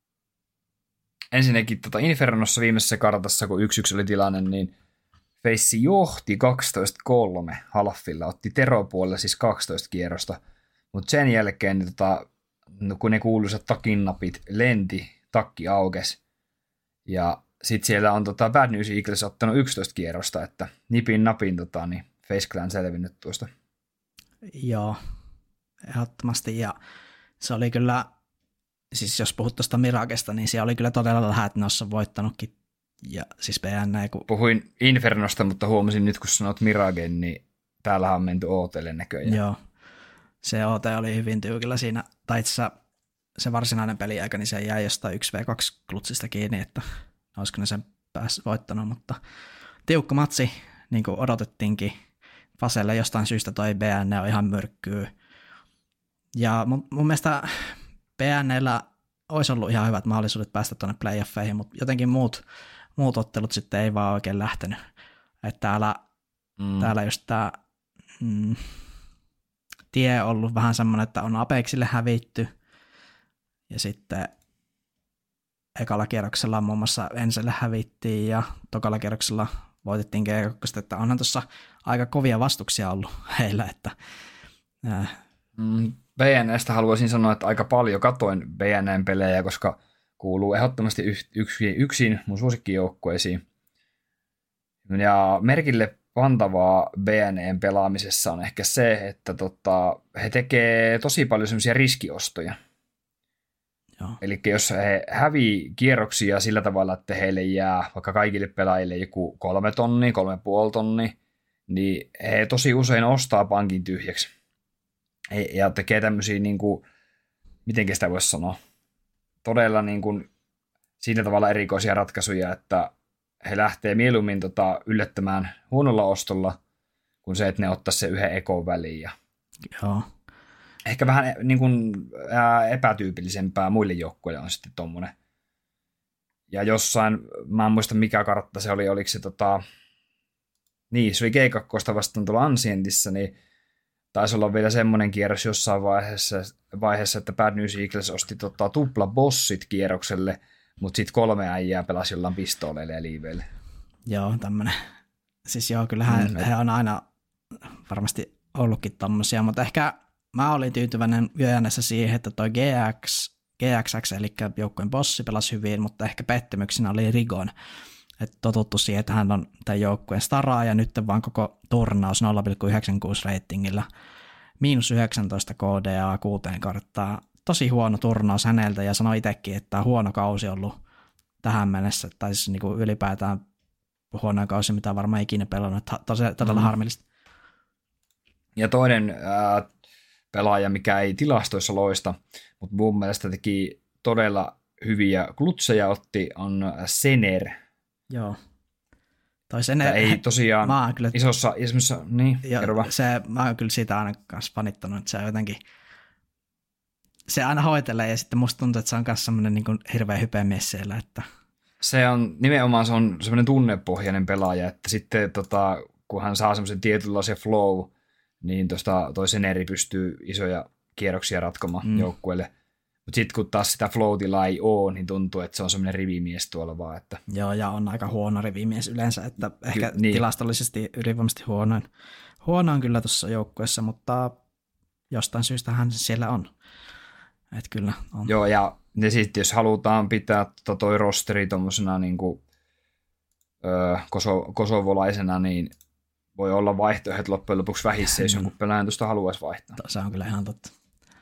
ensinnäkin tota Infernossa viimeisessä kartassa, kun yksi yksi oli tilanne, niin Face johti kaksitoista kolme halfilla, otti Tero-puolelle siis kaksitoista kierrosta, mutta sen jälkeen niin tota, no kun ne kuuluisat takinnapit lenti, takki aukesi, ja sitten siellä on tota Bad News Eagles ottanut yksitoista kierrosta, että nipin napin tota, niin Face Clan selvinnyt tuosta. Joo, ehdottomasti, ja se oli kyllä, siis jos puhut tuosta Miragesta, niin siellä oli kyllä todella lähellä, että ne olisi voittanutkin. Ja siis P N, kun... Puhuin Infernosta, mutta huomasin nyt, kun sanot Miragen, niin täällähän on menty O T:lle näköjään. Joo, se O T oli hyvin tyykillä siinä, tai itse se varsinainen peliaika, niin se jäi jostain yksi vastaan kaksi klutsista kiinni, että olisiko ne sen päässyt voittanut, mutta tiukka matsi, niin kuin odotettiinkin. Faselle jostain syystä toi B N on ihan myrkkyy. Ja mun, mun mielestä B N:llä olisi ollut ihan hyvät mahdollisuudet päästä tuonne playoffeihin, mutta jotenkin muut Muut ottelut sitten ei vaan oikein lähtenyt. Että täällä, mm. täällä just tämä mm, tie on ollut vähän semmoinen, että on Apexille hävitty. Ja sitten ekalla kierroksella muun muassa Enselle hävittiin ja tokalla kierroksella voitettiin G kaksi, että onhan tuossa aika kovia vastuksia ollut heillä, että äh. mm, B N Stä haluaisin sanoa, että aika paljon katoin B N N pelejä, koska kuuluu ehdottomasti yksin, yksin mun suosikkijoukkueisiin. Ja merkille pantavaa B N N pelaamisessa on ehkä se, että tota, he tekee tosi paljon semmoisia riskiostoja. Eli jos he hävii kierroksia sillä tavalla, että heille jää vaikka kaikille pelaajille joku kolme tonni, kolme puoli tonni, niin he tosi usein ostaa pankin tyhjäksi. Ja tekee tämmöisiä, niin kuin, miten sitä voisi sanoa, todella niin kuin, siinä tavalla erikoisia ratkaisuja, että he lähtee mieluummin tota, yllättämään huonolla ostolla, kuin se, että ne ottaisi se yhden ekon väliin. Ja Joo. Ehkä vähän niin kuin, ää, epätyypillisempää muille joukkueille on sitten tommonen. Ja jossain, mä en muista mikä kartta se oli, oliko se tota, niin, se oli G kaksi vastaan tuolla Ancientissa, niin taisi olla vielä semmoinen kierros jossain vaiheessa, vaiheessa että Bad News Eagles osti tota, tupla bossit kierrokselle, mutta sitten kolme äijää pelasi jollain pistooleille ja liiveille. Joo, tämmönen. Siis joo, kyllähän mm, he on aina varmasti ollutkin tommosia, mutta ehkä mä olin tyytyväinen yönässä siihen, että toi G X, G X X, eli joukkueen bossi pelasi hyvin, mutta ehkä pettymyksenä oli Rigon. Että totuttu siihen, että hän on tämän joukkueen staraa, ja nyt vaan koko turnaus nolla pilkku yhdeksänkymmentäkuusi ratingilla, miinus yhdeksäntoista K D A kuuteen karttaa. Tosi huono turnaus häneltä, ja sanoi itsekin, että on huono kausi ollut tähän mennessä, tai siis niin kuin ylipäätään huono kausi, mitä varmaan ikinä pelannut. Tosi, todella mm. harmillista. Ja toinen äh, pelaaja, mikä ei tilastoissa loista, mutta mun mielestä teki todella hyviä klutseja otti, on Sener. Joo. Toi Sener, ei tosiaan mä kyllä, isossa, isossa niin, jo, se, mä oon kyllä sitä aina kanssa fanittanut, että se on jotenkin, se aina hoitelee, ja sitten musta tuntuu, että se on myös semmoinen niin kuin hirveä hypemies siellä, että se on, nimenomaan se on semmoinen tunnepohjainen pelaaja, että sitten tota, kun hän saa semmoisen tietynlaisen flow, niin tosta, toi Seneri pystyy isoja kierroksia ratkomaan mm. joukkueelle. Mutta sitten kun taas sitä flow-tilaa ei ole, niin tuntuu, että se on semmoinen rivimies tuolla vaan. Että joo, ja on aika huono rivimies yleensä, että ehkä Ky- niin. tilastollisesti ylivoimaisesti huonoin. Huonoin kyllä tuossa joukkueessa, mutta jostain syystä hän siellä on. Että kyllä on. Joo, ja, ja sitten jos halutaan pitää tota toi rosteri tuommoisena niin kuin, öö, koso, kosovolaisena, niin voi olla vaihtoehdot loppujen lopuksi vähissä, jos jonkun pelaajan tuosta haluaisi vaihtaa. Se on kyllä ihan totta.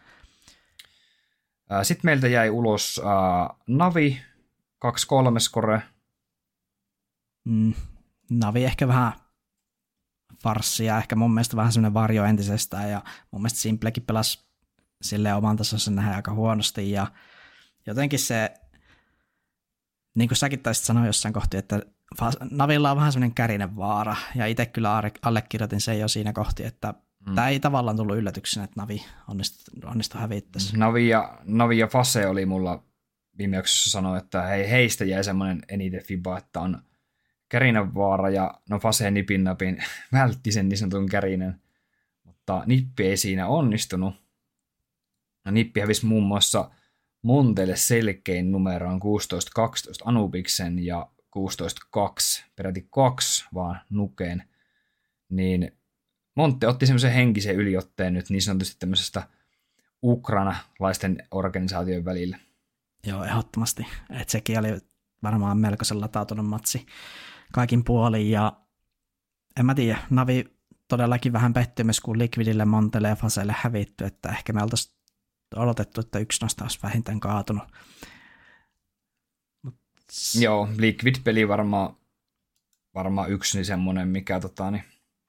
Sitten meiltä jäi ulos uh, Navi, kaksi kolme score. Mm, Navi ehkä vähän farssia, ehkä mun mielestä vähän semmoinen varjo entisestään, ja mun mielestä Simplekin pelasi silleen oman tasonsa nähdä aika huonosti, ja jotenkin se, niin kuin säkin taisit sanoa jossain kohti, että Navilla on vähän semmoinen kärinen vaara, ja itse kyllä allekirjoitin sen jo siinä kohti, että mm. tämä ei tavallaan tullut yllätyksenä, että Navi onnistui, onnistui hävittäessä. Navi ja, Navi ja Fase oli mulla viime jaksossa sanoa, että hei, heistä jäi semmoinen eniten fiba, että on kärinen vaara, ja no Fase nipin napin vältti sen niin sanotun kärinen, mutta Nippi ei siinä onnistunut. No, Nippi hävisi muun muassa Montelle selkein numeroon kuusitoista kaksitoista Anubiksen ja kuusitoista kaksi, peräti kaksi vaan Nukeen, niin Monte otti semmoisen henkisen yliotteen nyt niin sanotusti tämmöisestä ukrainalaisten organisaation välillä. Joo, ehdottomasti. Et sekin oli varmaan melkoisen latautunut matsi kaikin puolin, ja en mä tiedä, Navi todellakin vähän pettymys, kun Liquidille, Montelle ja Faselle hävitty, että ehkä me oltaisiin odotettu, että yksi noista olisi vähintään kaatunut. Mut joo, Liquid-peli varmaan varmaan yksi niin semmoinen, mikä tota, niin,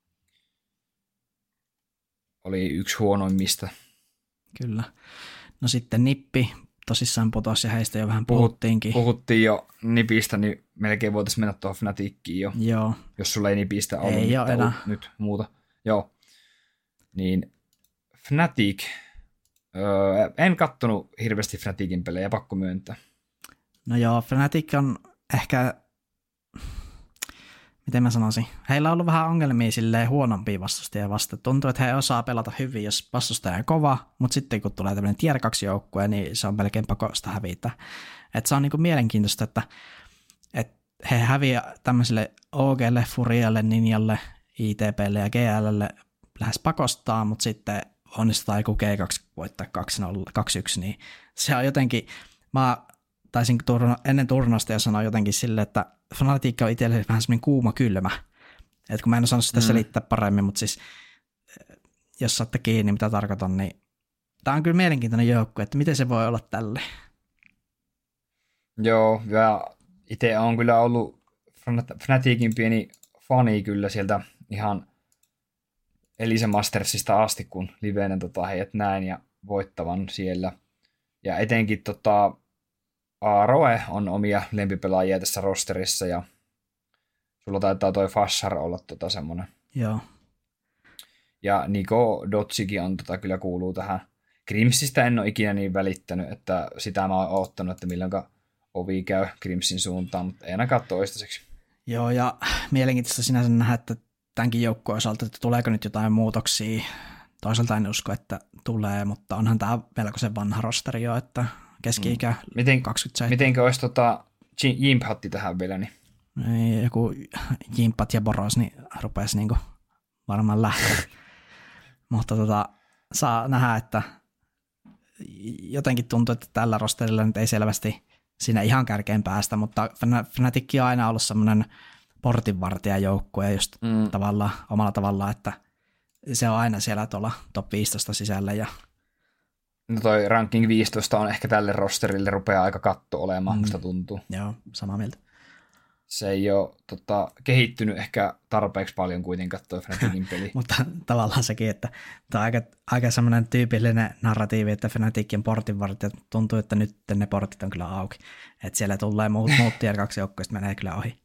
oli yksi huonoimmista. Kyllä. No sitten Nippi tosissaan putosi, ja heistä jo vähän puhuttiinkin. Puhuttiin jo Nipistä, niin melkein voitaisiin mennä tuohon Fnatickiin jo. Joo. Jos sulla ei Nipistä ollut ei ole enää. Nyt muuta. Joo. Niin Fnatic. Öö, en kattonut hirveästi Fnaticin pelejä, pakko myöntää. No joo, Fnatic on ehkä, miten mä sanoisin, heillä on ollut vähän ongelmia silleen huonompia vastustajia vasta. Tuntuu, että he osaa pelata hyvin, jos vastustaja on kova, mutta sitten kun tulee tämmöinen tier kaksi joukkue, niin se on melkein pakosta hävitä. Et se on niinku mielenkiintoista, että, että he häviää tämmöiselle O G:lle, Furialle, Ninjalle, I T P:lle ja G L:lle lähes pakostaa, mutta sitten onnistutaan joku G kaksi voittaa kaksi yksi, niin se on jotenkin, mä taisin turna, ennen turnausta ja sanoa jotenkin silleen, että Fnatic on itselle vähän semmoinen kuuma kylmä, että kun mä en osannut sitä mm. selittää paremmin, mutta siis jos saatte kiinni, mitä tarkoitan, niin tämä on kyllä mielenkiintoinen joukkue, että miten se voi olla tälle. Joo, ja itse on kyllä ollut Fnaticin pieni fani kyllä sieltä ihan Elise Mastersista asti, kun livenen tota, heidät näin ja voittavan siellä. Ja etenkin tota, Aaroe on omia lempipelaajia tässä rosterissa, ja sulla taitaa toi Fassar olla tota semmoinen. Joo. Ja Niko Dotsikin on tota, kyllä kuuluu tähän. Grimsistä en ole ikinä niin välittänyt, että sitä mä oon oottanut, että milloinka ovi käy Grimsin suuntaan, mutta ei ainakaan toistaiseksi. Joo, ja mielenkiintoista sinänsä nähdä, että tämänkin joukkueen osalta, että tuleeko nyt jotain muutoksia. Toisaalta en usko, että tulee, mutta onhan tämä melkoisen vanha rosteri jo, että keski-ikä mm. Miten, kaksikymmentäseitsemän. Mitenkä olisi tota Jimpatti tähän vielä? Niin? Joku Jimpat ja Boros niin rupesi niinku varmaan lähteä. Mutta tota, saa nähdä, että jotenkin tuntuu, että tällä rosterilla nyt ei selvästi siinä ihan kärkeen päästä, mutta Fnatic on aina ollut semmoinen portinvartijajoukkue just mm. tavallaan, omalla tavallaan, että se on aina siellä tuolla top viisitoista sisällä. Ja no toi ranking viisitoista on ehkä tälle rosterille rupeaa aika katto olemaan, mm. musta tuntuu. Joo, samaa mieltä. Se ei ole tota, kehittynyt ehkä tarpeeksi paljon kuitenkaan toi Fnaticin peli. Mutta tavallaan sekin, että tämä on aika, aika semmoinen tyypillinen narratiivi, että Fnaticin portinvartijat tuntuu, että nyt ne portit on kyllä auki. Että siellä tulee muut, muut tier kaksi joukkoista menee kyllä ohi.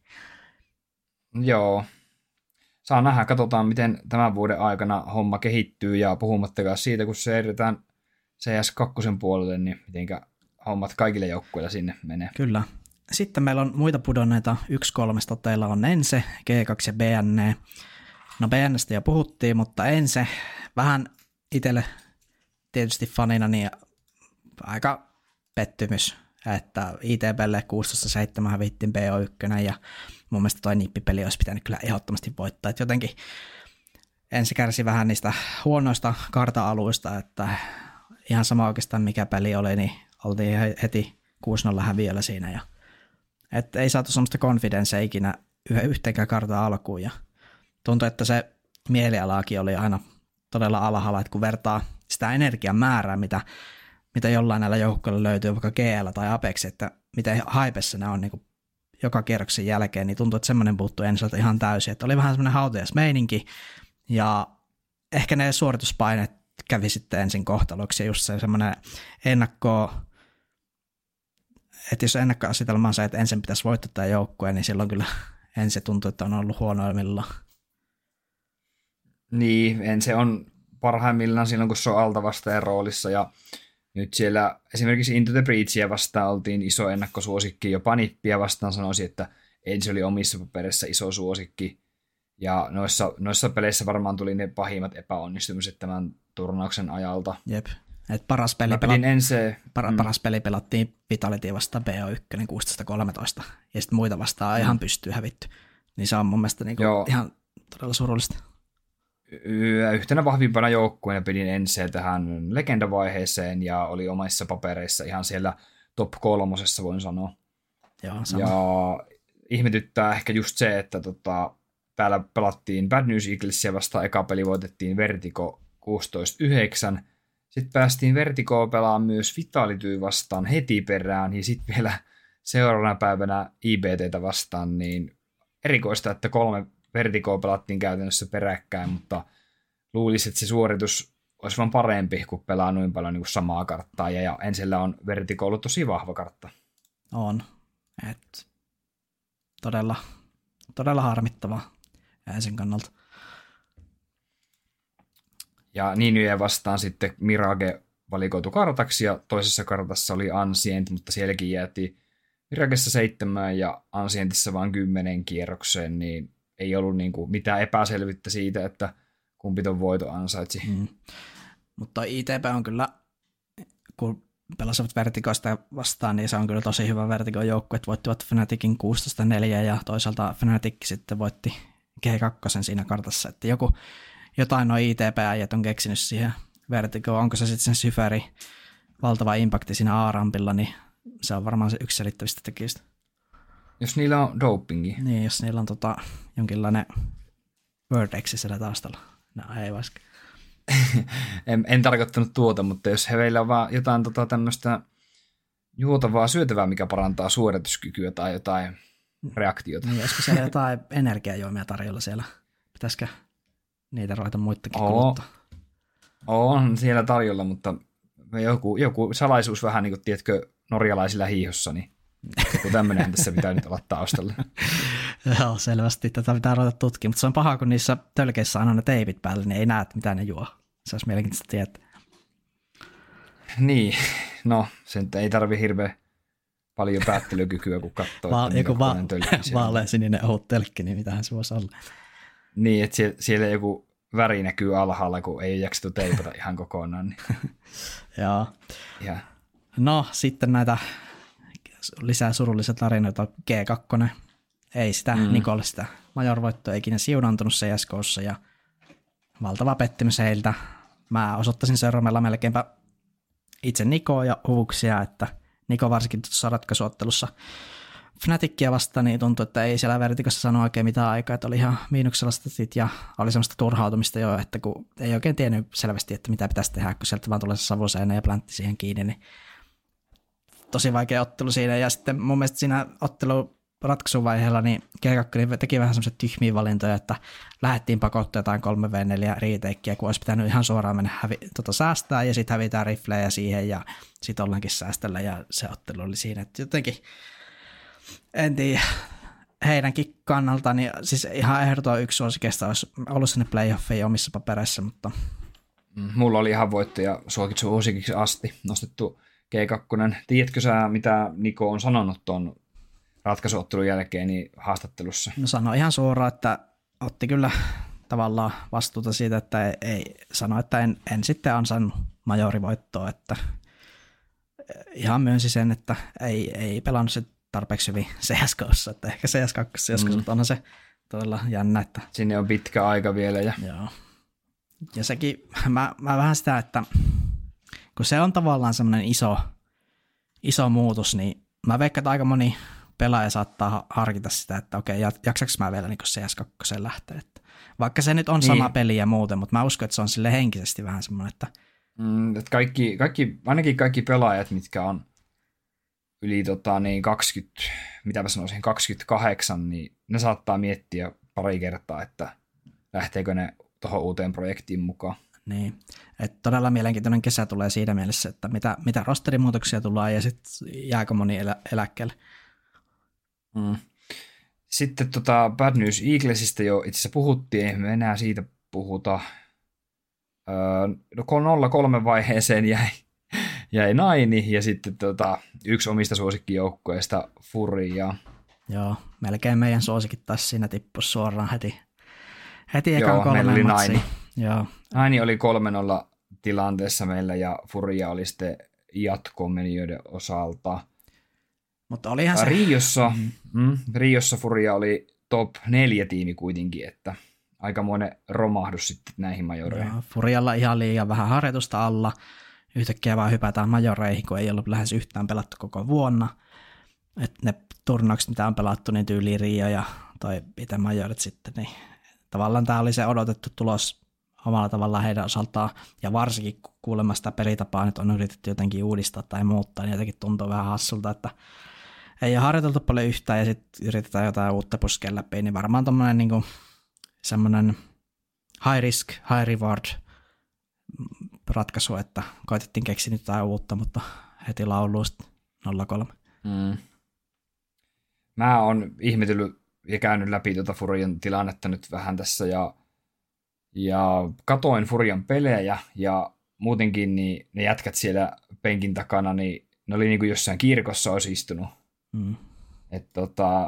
Joo. Saa nähdä, katsotaan miten tämän vuoden aikana homma kehittyy ja puhumattakaan siitä, kun se edetään C S kaksi puolelle, niin mitenkä hommat kaikille joukkueille sinne menee. Kyllä. Sitten meillä on muita pudonneita. Yksi kolmesta teillä on Ense, G kaksi ja B N E. No B N:stä jo puhuttiin, mutta Ense vähän itselle tietysti fanina niin aika pettymys, että I T P:lle kuusitoista seitsemän hävittiin B O yksi ja mun mielestä toi nippipeli olisi pitänyt kyllä ehdottomasti voittaa. Et jotenkin Ense kärsi vähän niistä huonoista karta-aluista, että ihan sama oikeastaan mikä peli oli, niin oltiin heti kuusi nolla häviöllä siinä. Ja, että ei saatu semmoista konfidenssiä ikinä yhteenkään kartan alkuun. Ja tuntui, että se mielialaakin oli aina todella alhaalla, että kun vertaa sitä energian määrää, mitä, mitä jollain näillä joukkoilla löytyy, vaikka G L tai Apex, että miten haipessa ne on niin kuin joka kierroksen jälkeen, niin tuntuu, että semmoinen puuttui Enseltä ihan täysin. Että oli vähän semmoinen hautajas meininki, ja ehkä ne suorituspaineet kävi sitten ensin kohtaloksi, ja just se semmoinen ennakko, että jos ennakkoasetelma on se, että ensin pitäisi voittaa tämä joukkue, niin silloin kyllä ensin tuntuu, että on ollut huonoimmillaan. Niin, ensin on parhaimmillaan silloin, kun se on altavastajan roolissa, ja nyt siellä esimerkiksi Into the Breachia vastaan oltiin iso ennakkosuosikki, jopa Nippia vastaan sanoisin, että ensin oli omissa paperissa iso suosikki, ja noissa, noissa peleissä varmaan tuli ne pahimmat epäonnistumiset tämän turnauksen ajalta. Jep. Et paras, peli pelat... ense... Par- mm. paras peli pelattiin Vitality vastaan B O yksi kuusitoista kolmetoista, ja sitten muita vastaan mm. ihan pystyy hävitty. Niin se on mun mielestä niinku ihan todella surullista. Y- yhtenä vahvimpana joukkueena pidin ensin tähän legendavaiheeseen, ja oli omissa papereissa ihan siellä top kolmosessa, voin sanoa. Joo, sama. Ja ihmetyttää ehkä just se, että tota, täällä pelattiin Bad News Eaglesia vastaan, eka peli voitettiin Vertigo kuusitoista yhdeksän, sitten päästiin Vertigoa pelaamaan myös Vitality vastaan heti perään, ja sitten vielä seuraavana päivänä I B T:tä vastaan, niin erikoista, että kolme Vertigoa pelattiin käytännössä peräkkäin, mutta luulisin, että se suoritus olisi vaan parempi, kun pelaa noin paljon niin kuin samaa karttaa, ja, ja ensillä on Vertigo ollut tosi vahva kartta. On, et todella, todella harmittavaa ensin kannalta. Ja Ninyä vastaan sitten Mirage valikoitu kartaksi, ja toisessa kartassa oli Ancient, mutta sielläkin jäätiin Miragessa seitsemään ja Ancientissa vain kymmenen kierrokseen, niin ei ollut niin kuin mitään epäselvyyttä siitä, että kumpi ton voiton ansaitsi. Mm. Mutta I T P on kyllä, kun pelasivat Vertigoista vastaan, niin se on kyllä tosi hyvä Vertigon joukku, että voittivat Fnaticin kuusitoista neljä ja toisaalta Fnatic sitten voitti G kaksi siinä kartassa, että joku, jotain nuo I T P-äijät on keksinyt siihen Vertigoon, onko se sitten sen syferi valtava impakti siinä A-rampilla, niin se on varmaan se yksi selittävistä tekijöistä. Jos niillä on dopingi. Niin, jos niillä on tota, jonkinlainen Wordexi siellä taustalla. No ei vaikka. en, en tarkoittanut tuota, mutta jos heillä on vaan jotain tota, tämmöistä juotavaa, syötävää, mikä parantaa suorituskykyä tai jotain reaktiota. Niin, olisiko siellä jotain energiajuomia tarjolla siellä? Pitäisikö niitä ruveta muitakin Oo. kuluttaa? On siellä tarjolla, mutta joku, joku salaisuus vähän niin kuin, tiedätkö, norjalaisilla hiihossa, niin joku tämmöinen tässä pitää nyt olla taustalla. Joo, selvästi. Tätä pitää ruveta tutkimaan, mutta se on paha, kun niissä tölkeissä on ne teipit päällä, niin ei näe, mitä ne juo. Se olisi mielenkiintoista tietää. Niin, no, sen ei tarvitse hirveän paljon päättelykykyä, kun katsoo, Va- että joku va- tölkki vaaleansininen ohut tölkki, niin mitähän se voisi olla. Niin, että siellä, siellä joku väri näkyy alhaalla, kun ei jaksettu teipata ihan kokonaan. Niin. Joo. Ja. No, sitten näitä lisää surullisia tarinoita. G kaksi. Ei sitä, mm. Nikolle sitä majorvoittoa ikinä siunantunut C S K:ssa ja valtava pettymys heiltä. Mä osoittaisin seuraamalla melkeinpä itse Nikoa ja Huvuksia, että Niko varsinkin tuossa ratkaisuottelussa Fnatickia vastaan, niin tuntui, että ei siellä Vertigossa saanut oikein mitään aikaa, että oli ihan miinuksella statit ja oli semmoista turhautumista jo, että kun ei oikein tiennyt selvästi, että mitä pitäisi tehdä, kun sieltä vaan tulee se savuseinä ja pläntti siihen kiinni, niin tosi vaikea ottelu siinä. Ja sitten mun mielestä siinä ottelu ratkaisuvaiheella niin G kaksi teki vähän semmoisia tyhmiä valintoja, että lähdettiin pakottaa jotain kolme vastaan neljä retakeä, kun olisi pitänyt ihan suoraan mennä hävi, tota, säästää ja sitten hävitään riflejä siihen ja sitten ollaankin säästellä ja se ottelu oli siinä, että jotenkin en tiedä, heidänkin kannalta, niin siis ihan ehdoton yksi suosikeista olisi ollut sinne playoffeihin omissa papereissa, mutta mulla oli ihan voittaja suosikiksi asti nostettu G kaksi. Tiedätkö sä, mitä Niko on sanonut tuon ratkaisuottelun jälkeen niin haastattelussa? No sano ihan suoraan, että otti kyllä tavallaan vastuuta siitä, että ei, ei sano, että en, en sitten ansainnut majorivoittoa, että ihan myönsi sen, että ei, ei pelannut se tarpeeksi hyvin C S K:ssa, että ehkä C S kaksi joskus, mm. mutta onhan se todella jännä, että sinne on pitkä aika vielä. Ja, joo. Ja sekin, mä, mä vähän sitä, että kun se on tavallaan semmoinen iso, iso muutos, niin mä veikkaan, että aika moni pelaaja saattaa harkita sitä, että okei, jaksaks mä vielä niin C S kaksi lähteä. Että vaikka se nyt on sama niin. Peli ja muuten, mutta mä uskon, että se on sille henkisesti vähän semmoinen, että mm, että kaikki, kaikki, ainakin kaikki pelaajat, mitkä on yli tota, niin kaksikymmentä, mitä mä sanoisin, kaksikymmentäkahdeksan, niin ne saattaa miettiä pari kertaa, että lähteekö ne tuohon uuteen projektiin mukaan. Niin, että todella mielenkiintoinen kesä tulee siinä mielessä, että mitä, mitä rosterimuutoksia tulee ja sitten jääkö moni elä, eläkkeelle. Mm. Sitten tota Bad News Eaglesista jo itse asiassa puhuttiin, ei me enää siitä puhuta. Öö, nolla kolme vaiheeseen jäi, jäi Naini ja sitten tota, yksi omista suosikkijoukkueista Furia. Joo, melkein meidän suosikit taas siinä tippuisi suoraan heti, heti ekan Joo, kolmeen matsiin. Joo. Naini oli kolme nolla tilanteessa meillä ja Furia oli sitten jatkomenijoiden osalta. Mutta olihan se Riossa, mm. Mm, Riossa Furia oli top neljä tiimi kuitenkin, että aikamoinen romahdus sitten näihin majoreihin. Joo, Furialla ihan liian vähän harjoitusta alla. Yhtäkkiä vaan hypätään majoreihin, kun ei ollut lähes yhtään pelattu koko vuonna. Et ne turnaukset, mitä on pelattu, niin tyyliin Rio ja toi itse majorit sitten, niin tavallaan tämä oli se odotettu tulos omalla tavallaan heidän osaltaan, ja varsinkin kuulemma sitä pelitapaa nyt on yritetty jotenkin uudistaa tai muuttaa, niin jotenkin tuntuu vähän hassulta, että ei ole harjoiteltu paljon yhtään ja sitten yritetään jotain uutta puskea läpi, niin varmaan tommoinen niinku semmoinen high risk, high reward ratkaisu, että koitettiin keksiä nyt jotain uutta, mutta heti lauluun nolla kolme. Mm. Mä oon ihmetellyt ja käynyt läpi tuota Furian tilannetta nyt vähän tässä ja, ja katoin Furian pelejä ja muutenkin niin ne jätkät siellä penkin takana, niin ne oli niin kuin jossain kirkossa olisi istunut. Mm. Että tota,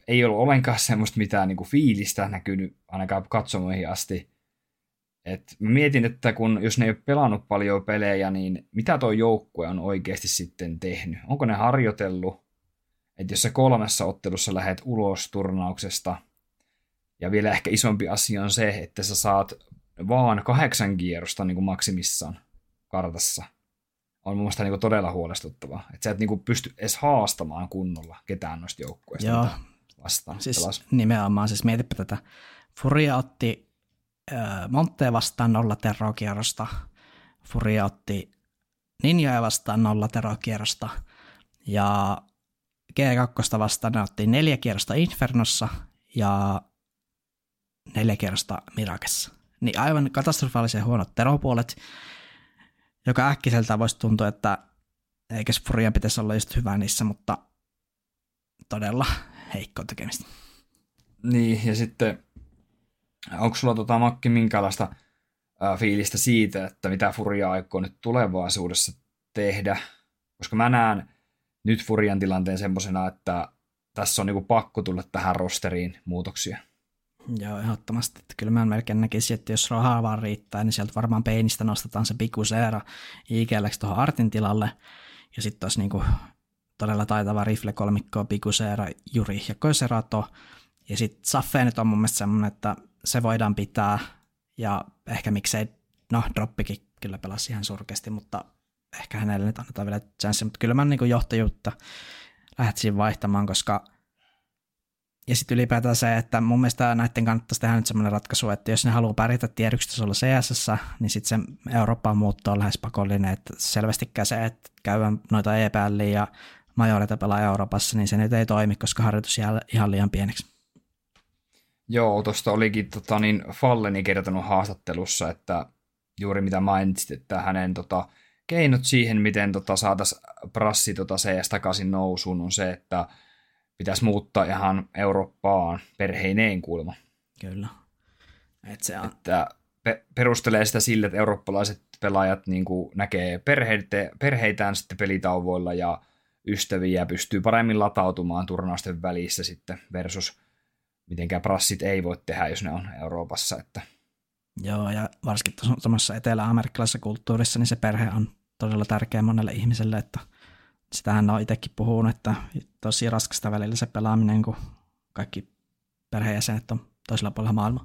ei ollut ollenkaan semmoista mitään niin kuin fiilistä näkynyt ainakaan katsomoihin asti. Et mä mietin, että kun, jos ne ei ole pelannut paljon pelejä, niin mitä tuo joukkue on oikeasti sitten tehnyt? Onko ne harjoitellut? Että jos sä kolmessa ottelussa lähdet ulos turnauksesta, ja vielä ehkä isompi asia on se, että sä saat vaan kahdeksan kierrosta niin kuin maksimissaan kartassa, on mun mielestä niin kuin todella huolestuttavaa. Että sä et niin kuin pysty edes haastamaan kunnolla ketään noista joukkueista. Joo, vastaan. siis Pelas. nimenomaan, siis mietipä tätä. Furia otti äh, Montteen vastaan nolla terrokierrosta, Furia otti Ninjoja vastaan nolla terrokierrosta, ja G kaksi vastaan ne otti neljä kierrosta Infernossa, ja neljä kierrosta Mirakessa. Niin aivan katastrofaalisen huonot teropuolet, joka äkkiseltä voisi tuntua, että eikös Furian pitäisi olla just hyvä niissä, mutta todella heikkoa tekemistä. Niin, ja sitten onko sulla tota, Makki minkälaista ää, fiilistä siitä, että mitä Furia aikoo nyt tulevaisuudessa tehdä? Koska mä näen nyt Furian tilanteen semmosena, että tässä on niinku pakko tulla tähän rosteriin muutoksia. Joo, ehdottomasti. Että kyllä mä melkein näkisin, että jos rahaa vaan riittää, niin sieltä varmaan Peinistä nostetaan se Bikuseera I G:ksi tuohon Artin tilalle. Ja sitten olisi niinku todella taitava rifle-kolmikko, Bikuseera, Juri ja Koiserato. Ja sitten Saffe nyt on mun mielestä semmoinen, että se voidaan pitää. Ja ehkä miksei, no Droppikin kyllä pelasi ihan surkeasti, mutta ehkä hänelle nyt annetaan vielä chanssi. Mutta kyllä mä niinku johtajuutta lähtisin vaihtamaan, koska ja sitten ylipäätään se, että mun mielestä näiden kannattaisi tehdä nyt semmoinen ratkaisu, että jos ne haluaa pärjätä tier yksi tasolla C S:ssä, niin sitten se Eurooppaan muutto on lähes pakollinen, että selvästikään se, että käydään noita E P L ja majoreita pelaa Euroopassa, niin se nyt ei toimi, koska harjoitus jää ihan liian pieneksi. Joo, tuosta olikin tota, niin Falleni kertonut haastattelussa, että juuri mitä mainitsit, että hänen tota, keinot siihen, miten tota, saataisiin Brassi tota, C S takaisin nousuun, on se, että pitäisi muuttaa ihan Eurooppaan perheineen kuulemma. Kyllä. Et se on. Että pe- perustelee sitä sille, että eurooppalaiset pelaajat niin kuin näkee perheite- perheitään sitten pelitauvoilla ja ystäviä pystyy paremmin latautumaan turnausten välissä sitten versus mitenkään Brassit ei voi tehdä, jos ne on Euroopassa. Että. Joo, ja varsinkin tuossa etelä-amerikkalaisessa kulttuurissa niin se perhe on todella tärkeä monelle ihmiselle, että sitähän on itsekin puhunut, että tosi raskasta välillä se pelaaminen, kun kaikki perheenjäsenet on toisella puolella maailmaa.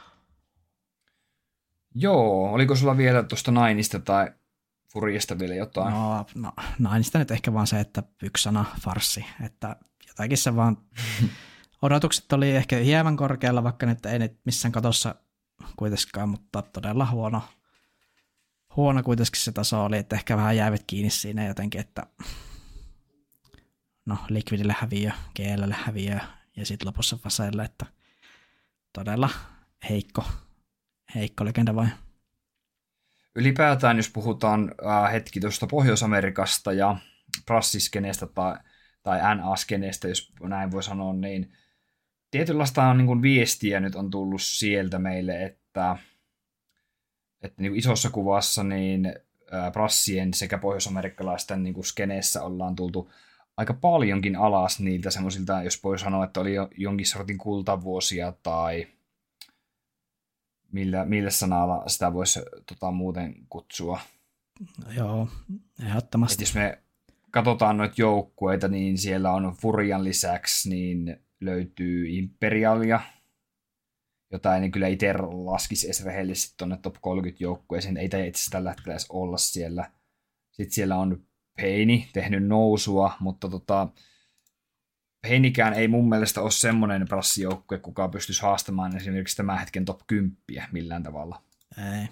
Joo, oliko sulla vielä tuosta Nainista tai Furiasta vielä jotain? No, no Nainista nyt ehkä vaan se, että yksi sana farssi, että jotakin se vaan, odotukset oli ehkä hieman korkealla, vaikka nyt ei nyt missään katossa kuitenkaan, mutta todella huono. Huono kuitenkin se taso oli, että ehkä vähän jäivät kiinni siinä jotenkin, että no Liquidille häviö, G L:lle häviö ja sitten lopussa Faselle, että todella heikko, heikko legenda vai? Ylipäätään, jos puhutaan äh, hetki tuosta Pohjois-Amerikasta ja Brassiskeneestä tai, tai N A-skeneestä, jos näin voi sanoa, niin tietynlaista on, niin kuin viestiä nyt on tullut sieltä meille, että että niin kuin isossa kuvassa niin Brassien sekä pohjois-amerikkalaisten niin kuin skeneessä ollaan tultu aika paljonkin alas niiltä semmoisilta, jos voi sanoa, että oli jo jonkin sortin kultavuosia tai millä, millä sanalla sitä voisi tota, muuten kutsua. Joo, ehdottomasti. Et jos me katsotaan noita joukkueita, niin siellä on Furian lisäksi, niin löytyy Imperialia, jota en kyllä itse laskisi edes rehellisesti tuonne top kolmekymmentä joukkueeseen, ei itse asiassa tällä hetkellä edes olla siellä. Sitten siellä on Peini tehnyt nousua, mutta tota, Peinikään ei mun mielestä ole semmoinen brassijoukkue, kuka pystyisi haastamaan esimerkiksi tämän hetken top kymmenen millään tavalla. Ei.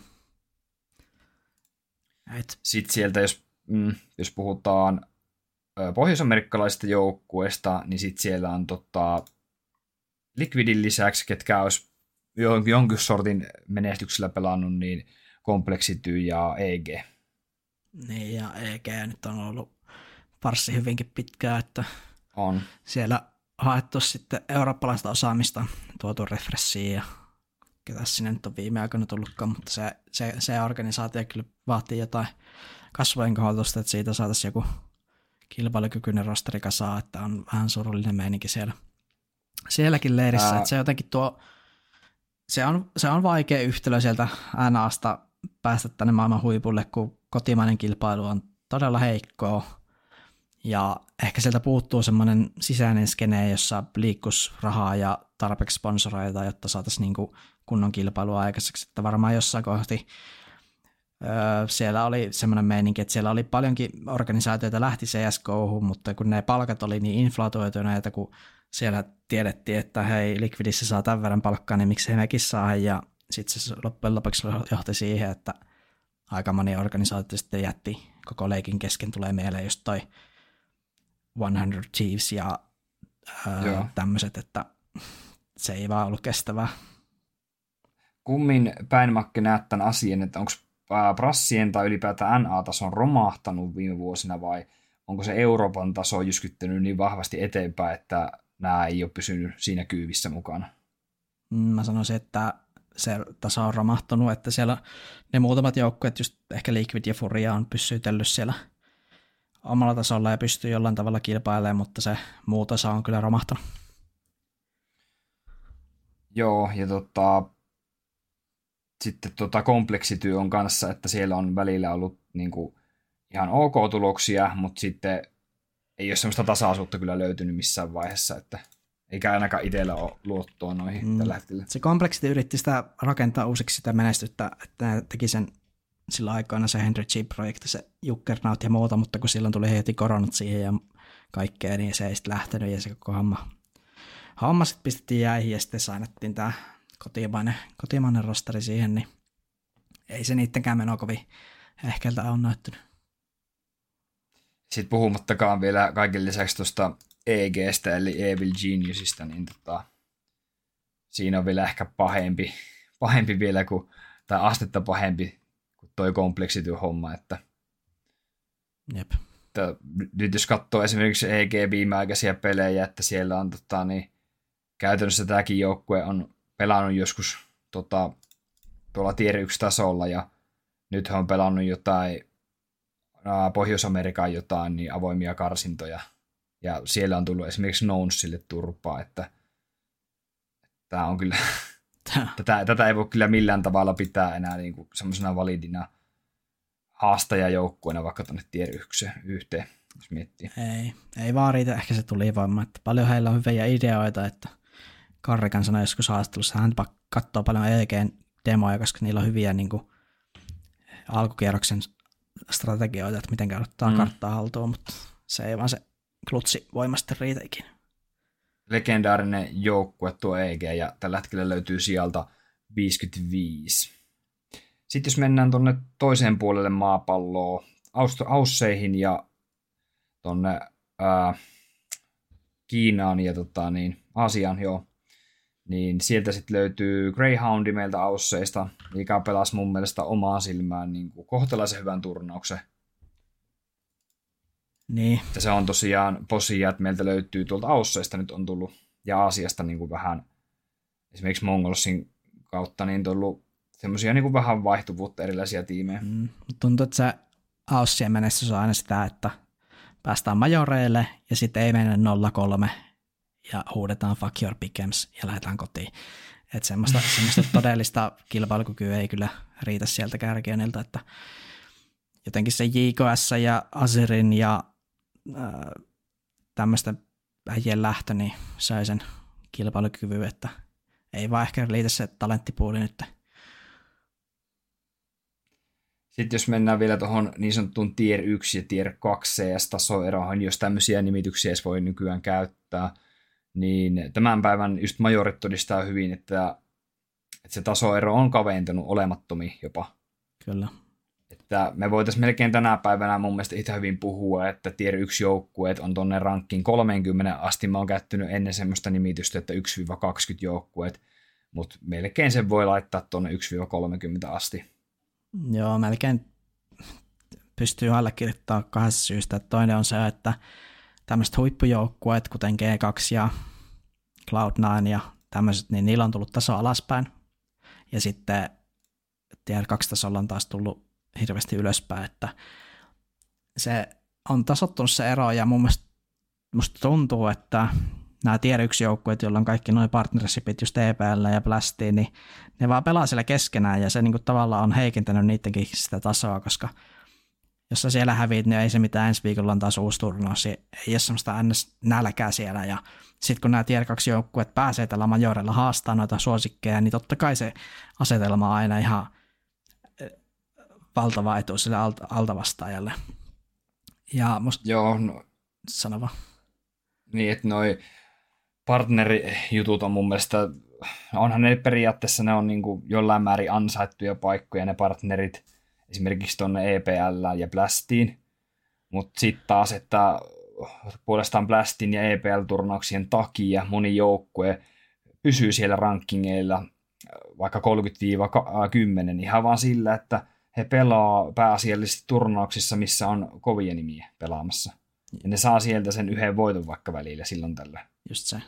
Et. Sitten sieltä, jos, mm, jos puhutaan pohjois-amerikkalaisista joukkueista, niin sitten siellä on tota, Liquidin lisäksi, ketkä olisi jonkin sortin menestyksellä pelannut, niin Complexity ja E G. Niin, ja E G nyt on ollut farssi hyvinkin pitkään, että on. Siellä haettu sitten eurooppalaista osaamista, tuotu refressiin ja ketä sinne nyt on viime aikoina tullutkaan, mutta se, se, se organisaatio kyllä vaatii jotain kasvojen kohotusta, että siitä saataisiin joku kilpailukykyinen rosteri kasaan, että on vähän surullinen meininki siellä sielläkin leirissä, Ää... että se jotenkin tuo, se on, se on vaikea yhtälö sieltä N A:sta päästä tänne maailman huipulle, kun kotimainen kilpailu on todella heikkoa. Ja ehkä sieltä puuttuu semmoinen sisäinen skene, jossa liikkuisi rahaa ja tarpeeksi sponsoreita, jotta saataisiin niinku kunnon kilpailua aikaiseksi. Että varmaan jossain kohti öö, siellä oli semmoinen meininki, että siellä oli paljonkin organisaatioita lähti C S G O:hun, mutta kun ne palkat oli niin inflatoituneita, kun siellä tiedettiin, että hei, Liquidissä saa tämän verran palkkaa, niin miksi he mekin saa. Ja sitten se loppujen lopuksi johti siihen, että aika moni organisaatio sitten jätti koko leikin kesken. Tulee mieleen just toi sata Thieves ja öö, tämmöiset, että se ei vaan ollut kestävää. Kummin päin Makke näet tämän asian, että onko Brassien tai ylipäätään N A-taso on romahtanut viime vuosina vai onko se Euroopan taso jyskyttänyt niin vahvasti eteenpäin, että nämä ei ole pysynyt siinä kyyvissä mukana? Mä sanoisin, että se taso on romahtunut, että siellä ne muutamat joukkueet, just ehkä Liquid ja Furia on pysytellyt siellä omalla tasolla ja pystyy jollain tavalla kilpailemaan, mutta se muu taso on kyllä romahtunut. Joo, ja tota, sitten tota kompleksityö on kanssa, että siellä on välillä ollut niinku ihan ok tuloksia, mutta sitten ei ole semmoista tasaisuutta kyllä löytynyt missään vaiheessa, että eikä ainakaan itsellä ole luottoa noihin mm. tällä hetkellä. Se kompleksity yritti sitä rakentaa uusiksi sitä menestystä, että ne teki sen sillä aikoina se Henry Chip-projekti, se Juggernaut ja muuta, mutta kun silloin tuli heti koronat siihen ja kaikkea, niin se ei sitten lähtenyt ja se koko homma, homma sitten pistettiin jäihin ja sitten sainattiin tämä kotimainen, kotimainen rosteri siihen, niin ei se niittenkään meno kovin ehkeltä ole näyttänyt. Sitten puhumattakaan vielä kaiken lisäksi tuosta E G:stä eli Evil Geniusista, niin tota, siinä on vielä ehkä pahempi, pahempi vielä kuin, tai astetta pahempi kuin toi kompleksityö-homma, että, Jep. että nyt jos katsoo esimerkiksi E G viimeaikaisia pelejä, että siellä on tota, niin, käytännössä tämäkin joukkue on pelannut joskus tota, tuolla tier yksi tasolla ja nyt he on pelannut jotain Pohjois-Amerikan jotain niin avoimia karsintoja. Ja siellä on tullut esimerkiksi Nounsille turpaa, että tämä on kyllä, tätä, tätä ei voi kyllä millään tavalla pitää enää niin kuin semmoisena validina haastajajoukkueena vaikka tuonne tier yhteen, jos miettii. Ei, ei vaan riitä ehkä se tuli voimaan, että paljon heillä on hyviä ideoita, että Karrikan sanoi joskus haastattelussa, hän katsoo paljon E G:n demoja, koska niillä on hyviä niin kuin alkukierroksen strategioita, että miten ottaa mm. karttaa haltuun, mutta se ei vaan se klutsi voimasti riitä ikinä. Legendaarinen joukkue tuo E G ja tällä hetkellä löytyy sieltä viisikymmentäviisi. Sitten jos mennään tuonne toiseen puolelle maapalloa, Ausseihin ja tuonne ää, Kiinaan ja tota, niin, Aasiaan, joo, niin sieltä sitten löytyy Greyhoundi meiltä Ausseista, mikä pelasi mun mielestä omaa silmään niin kuin kohtalaisen hyvän turnauksen. Niin. Ja se on tosiaan posia, että meiltä löytyy tuolta Ausseista nyt on tullut, ja Aasiasta niin kuin vähän, esimerkiksi Mongolsin kautta, niin tullut semmoisia niin kuin vähän vaihtuvuutta erilaisia tiimejä. Mm. Tuntuu, että se Aussien menestys on aina sitä, että päästään majoreille, ja sitten ei mennä nolla kolme, ja huudetaan fuck your pick'ems, ja lähdetään kotiin. Että semmoista, semmoista todellista kilpailukykyä ei kyllä riitä sieltä kärkionilta, että jotenkin se J K S ja Azerin ja ää, tämmöistä äijien lähtö, niin sai sen kilpailukyvyn, että ei vaan ehkä liitä se talenttipuoli nyt. Sitten jos mennään vielä tuohon niin sanottuun tier yksi ja tier kaksi C S-tasoeroihin, jos tämmöisiä nimityksiä edes voi nykyään käyttää, niin tämän päivän just majorit todistaa hyvin, että, että se tasoero on kaventunut olemattomiin jopa. Kyllä. Että me voitaisiin melkein tänä päivänä mun mielestä ihan hyvin puhua, että tier yksi joukkueet on tonne rankkiin kolmekymmentä asti. Mä oon käyttänyt ennen semmoista nimitystä, että yksi kaksikymmentä joukkueet, mutta melkein sen voi laittaa tonne yksi kolmekymmentä asti. Joo, melkein pystyy allekirjoittamaan kahdesta syystä. Toinen on se, että tämmöiset huippujoukkueet, kuten G kaksi ja Cloud nine ja tämmöiset, niin niillä on tullut taso alaspäin. Ja sitten tier kaksi tasolla on taas tullut hirveästi ylöspäin, että se on tasottunut se ero, ja mun mielestä musta tuntuu, että nämä tier yksi joukkueet, joilla on kaikki nuo partnershipit just E P L ja Blastiin, niin ne vaan pelaa siellä keskenään ja se niin kuin tavallaan on heikentänyt niidenkin sitä tasoa, koska jos sä siellä häviit, niin ei se mitään, ensi viikolla on taas uusi turnaus, ei ole semmoista ns. Nälkää siellä ja sitten kun nämä tier kaksi joukkueet pääsee tällä majorilla haastaa noita suosikkeja, niin totta kai se asetelma on aina ihan valtava etu sille alta, altavastaajalle. Ja musta... Joo, no, sano vaan. Niin, että noi partnerijutut on mun mielestä, onhan ne periaatteessa, ne on niin kuin jollain määrin ansaittuja paikkoja, ne partnerit, esimerkiksi tuonne E P L ja Blastiin, mutta sitten taas, että puolestaan Blastin ja E P L-turnauksien takia moni joukkue pysyy siellä rankingeilla vaikka kolmekymmentä kymmenen ihan vaan sillä, että he pelaa pääasiallisesti turnauksissa, missä on kovia nimiä pelaamassa. Ja ne saa sieltä sen yhden voiton vaikka välillä silloin tällä. Just se.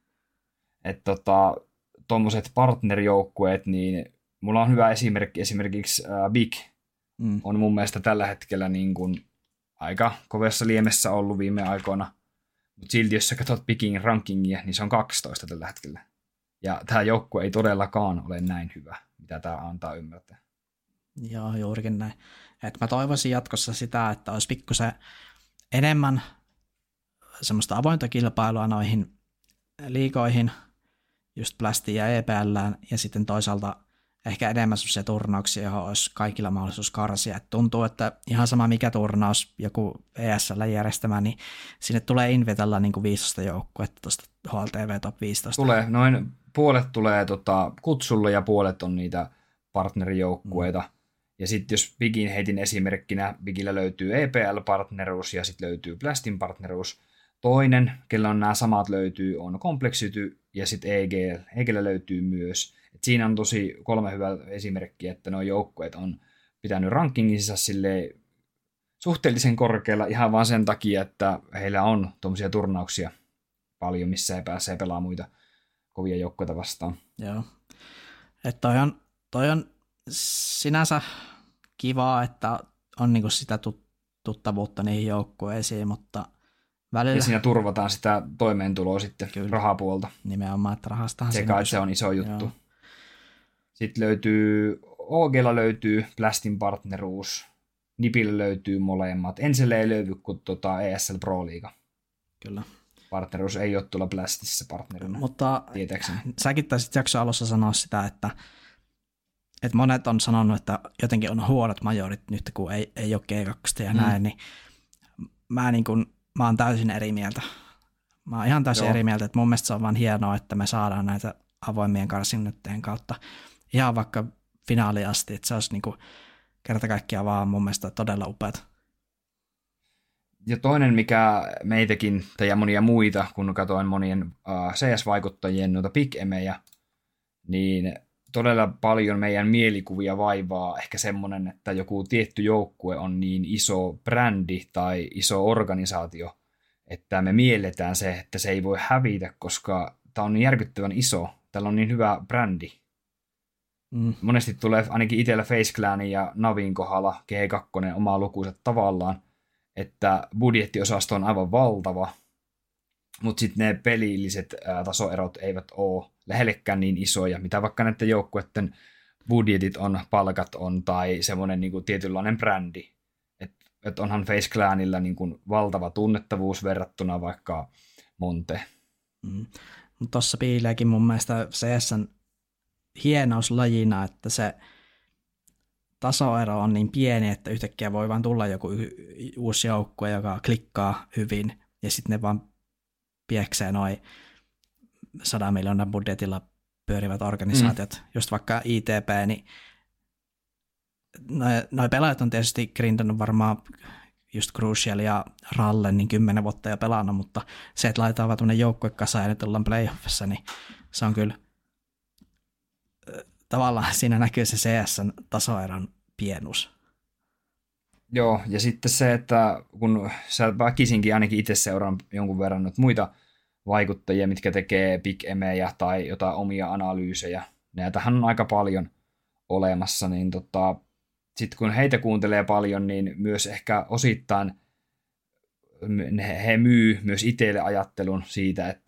Että tota, tuommoiset partnerjoukkueet, niin mulla on hyvä esimerkki, esimerkiksi uh, Big mm. on mun mielestä tällä hetkellä niin kuin aika kovessa liemessä ollut viime aikoina. Mutta silti, jos sä katsot Bigin rankingia, niin se on kaksitoista tällä hetkellä. Ja tämä joukkue ei todellakaan ole näin hyvä, mitä tämä antaa ymmärtää. Joo, juurikin näin. Et mä toivoisin jatkossa sitä, että olisi pikkusen enemmän semmoista avointa kilpailua noihin liigoihin, just Blastiin ja E P L:ään, ja sitten toisaalta ehkä enemmän semmoisia turnauksia, johon olisi kaikilla mahdollisuus karsia. Et tuntuu, että ihan sama mikä turnaus joku E S L järjestämä, niin sinne tulee invitellä niin kuin viisitoista joukkuetta tuosta H L T V Top viisitoista. Tulee, noin puolet tulee tota, kutsulla ja puolet on niitä partnerijoukkueita. Mm. Ja sitten jos Bigin heitin esimerkkinä, Bigillä löytyy E P L-partneruus ja sitten löytyy Blastin partneruus. Toinen, kellä on nämä samat löytyy, on Complexity ja sitten E G L. E G L löytyy myös. Et siinä on tosi kolme hyvää esimerkkiä, että nuo joukkueet on pitänyt rankinginsa sille suhteellisen korkealla ihan vaan sen takia, että heillä on tuommoisia turnauksia paljon, missä he pääsee pelaamaan muita kovia joukkueita vastaan. Joo. Että toi on, toi on sinänsä kivaa, että on niinku sitä tuttavuutta niihin joukkueisiin, mutta välillä... Ja siinä turvataan sitä toimeentuloa sitten, kyllä, rahapuolta. Nimenomaan, että rahastahan se kai se on iso juttu. Joo. Sitten löytyy, O G:lla löytyy Blastin partneruus, Nipillä löytyy molemmat. Enselle ei löydy kuin tuota E S L Pro Liiga. Kyllä. Partneruus ei ole tuolla Blastissa partnerina, mutta tietääkseni. Säkin taisit jakson alussa sanoa sitä, että, että monet on sanonut, että jotenkin on huonot majorit nyt, kun ei, ei ole G kaksi ja mm. näin, niin mä, niin kun, mä oon täysin eri mieltä. Mä oon ihan täysin Joo. eri mieltä, että mun mielestä se on vaan hienoa, että me saadaan näitä avoimien karsinnoitteen kautta ihan vaikka finaaliin asti, että se olisi niin kuin kerta kaikkiaan vaan mun mielestä todella upeata. Ja toinen, mikä meitäkin ja monia muita, kun katsoin monien uh, C S-vaikuttajien noita big-emejä, niin todella paljon meidän mielikuvia vaivaa ehkä semmoinen, että joku tietty joukkue on niin iso brändi tai iso organisaatio, että me mielletään se, että se ei voi hävitä, koska tämä on niin järkyttävän iso, tällä on niin hyvä brändi. Mm. Monesti tulee ainakin itsellä Face Clanin ja Navin kohdalla G kaksi omaa lukuunsa tavallaan, että budjettiosasto on aivan valtava, mutta sitten ne pelilliset ää, tasoerot eivät ole lähellekään niin isoja, mitä vaikka näiden joukkueiden budjetit on, palkat on tai semmoinen niinku tietynlainen brändi. Että et onhan Face Clanilla niinku valtava tunnettavuus verrattuna vaikka Monte. Mm. Tuossa piileekin mun mielestä C S:n hienous lajina, että se tasoero on niin pieni, että yhtäkkiä voi vaan tulla joku y- uusi joukkue, joka klikkaa hyvin, ja sitten ne vaan pieksee noin sadan miljoonan budjetilla pyörivät organisaatiot. Mm. Just vaikka I T P, niin noi, noi pelaajat on tietysti grindannut varmaan just Crucial ja Rallen niin kymmenen vuotta jo pelannut, mutta se, että laitetaan vaan tuonne joukkuekasaan ja nyt ollaan playoffissa, niin se on kyllä tavallaan siinä näkyy se C S:n tasoeron pienuus. Joo, ja sitten se, että kun sä väkisinkin ainakin itse seuraan jonkun verran noita muita vaikuttajia, mitkä tekee big-emejä tai jotain omia analyysejä, näitähän on aika paljon olemassa, niin tota, sitten kun heitä kuuntelee paljon, niin myös ehkä osittain he myy myös itselle ajattelun siitä, että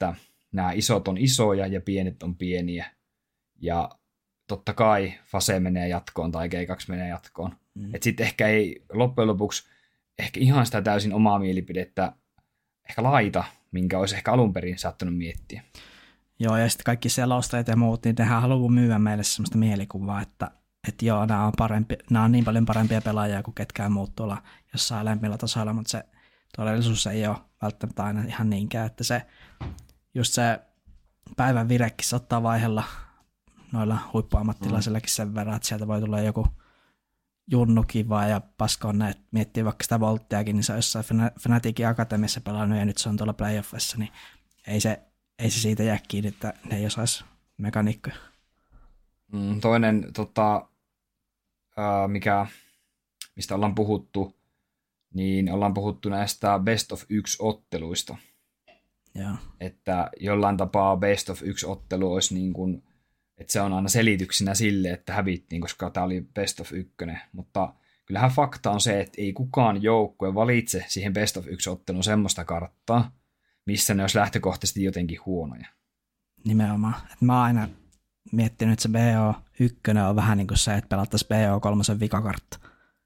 nämä isot on isoja ja pienet on pieniä. Ja totta kai Fase menee jatkoon tai G kaksi menee jatkoon. Mm. Että sitten ehkä ei loppujen lopuksi ehkä ihan sitä täysin omaa mielipidettä ehkä laita, minkä olisi ehkä alun perin saattanut miettiä. Joo, ja sitten kaikki selostajat ja muut, niin tehän haluaa myyä meille sellaista mielikuvaa, että, että joo, nämä on, parempi, nämä on niin paljon parempia pelaajia kuin ketkään muut tuolla jossain alemmilla tasoilla, mutta se todellisuus ei ole välttämättä aina ihan niinkään, että se just se päivän virekin saattaa vaihella noilla huippuammattilaisillakin sen verran, että sieltä voi tulla joku junnukin vaan ja paskon, että miettii vaikka sitä volttiakin, niin se on jossain Fnaticin akatemiassa pelannut ja nyt se on tuolla playoffissa, niin ei se, ei se siitä jää kiinni, että ne ei osaisi mekaniikkoja. Mm, toinen, tota, ää, mikä, mistä ollaan puhuttu, niin ollaan puhuttu näistä best of yksi otteluista. Joo. Että jollain tapaa best of yksi ottelu olisi niin kuin, että se on aina selityksenä sille, että hävittiin, koska tämä oli best of ykkönen. Mutta kyllähän fakta on se, että ei kukaan joukkue valitse siihen best of yksi ottelun semmoista karttaa, missä ne olisi lähtökohtaisesti jotenkin huonoja. Nimenomaan. Et mä oon aina miettinyt, että se B O yksi on vähän niin kuin se, että pelattaisiin B O kolme vikakartta.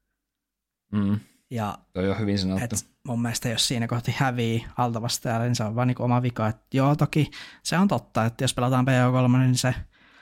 Mm. Ja toi on hyvin sanottu. Mun mielestä jos siinä kohti hävii altavastajalle, niin se on vaan niin kuin oma vika. Et joo, toki se on totta, että jos pelataan B O kolme, niin se